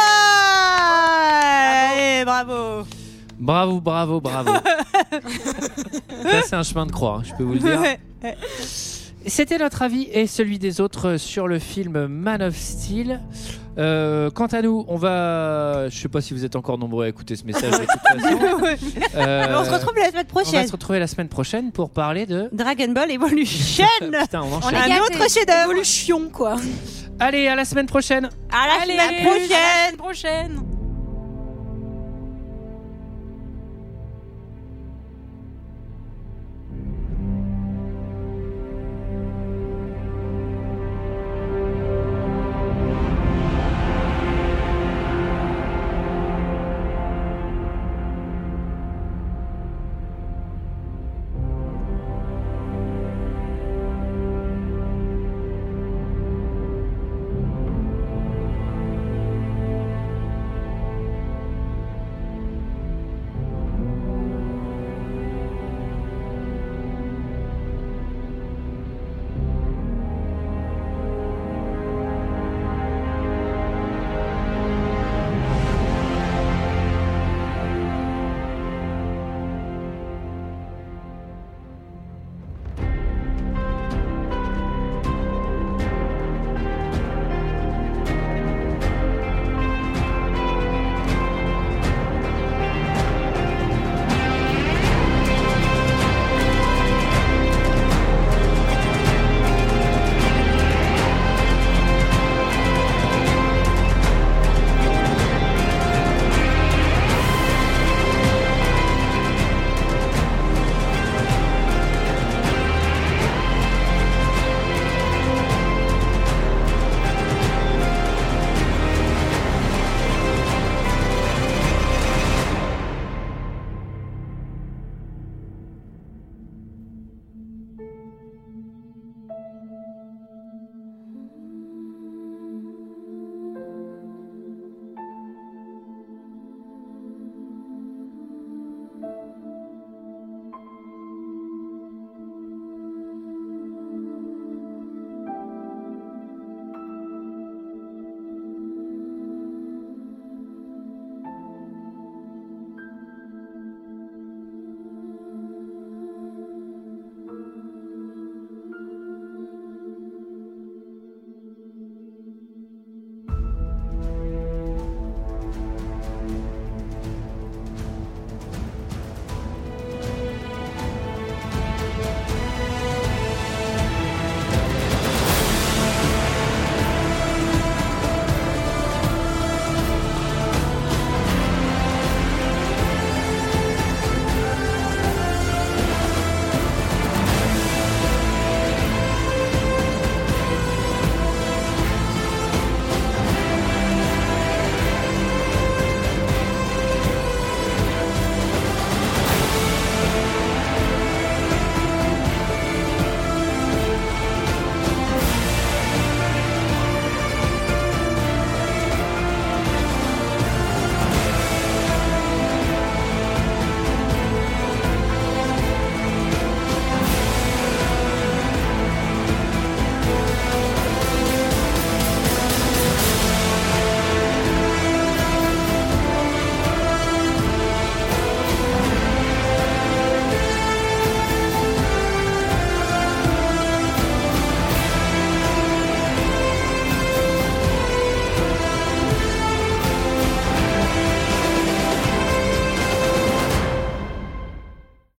Allez, bravo. Bravo, bravo, bravo. Ça, c'est un chemin de croix, hein, je peux vous le dire. Ouais, ouais. C'était notre avis et celui des autres sur le film Man of Steel. Euh, quant à nous, on va. Je sais pas si vous êtes encore nombreux à écouter ce message de toute façon. Ouais. Euh, On se retrouve la semaine On va prochaine. se retrouver la semaine prochaine pour parler de Dragon Ball Evolution. Putain, on enchaîne. Un gâtés. autre chef-d'œuvre. Évolution, quoi. Allez, à la semaine prochaine. À la Allez, semaine prochaine. à la semaine prochaine.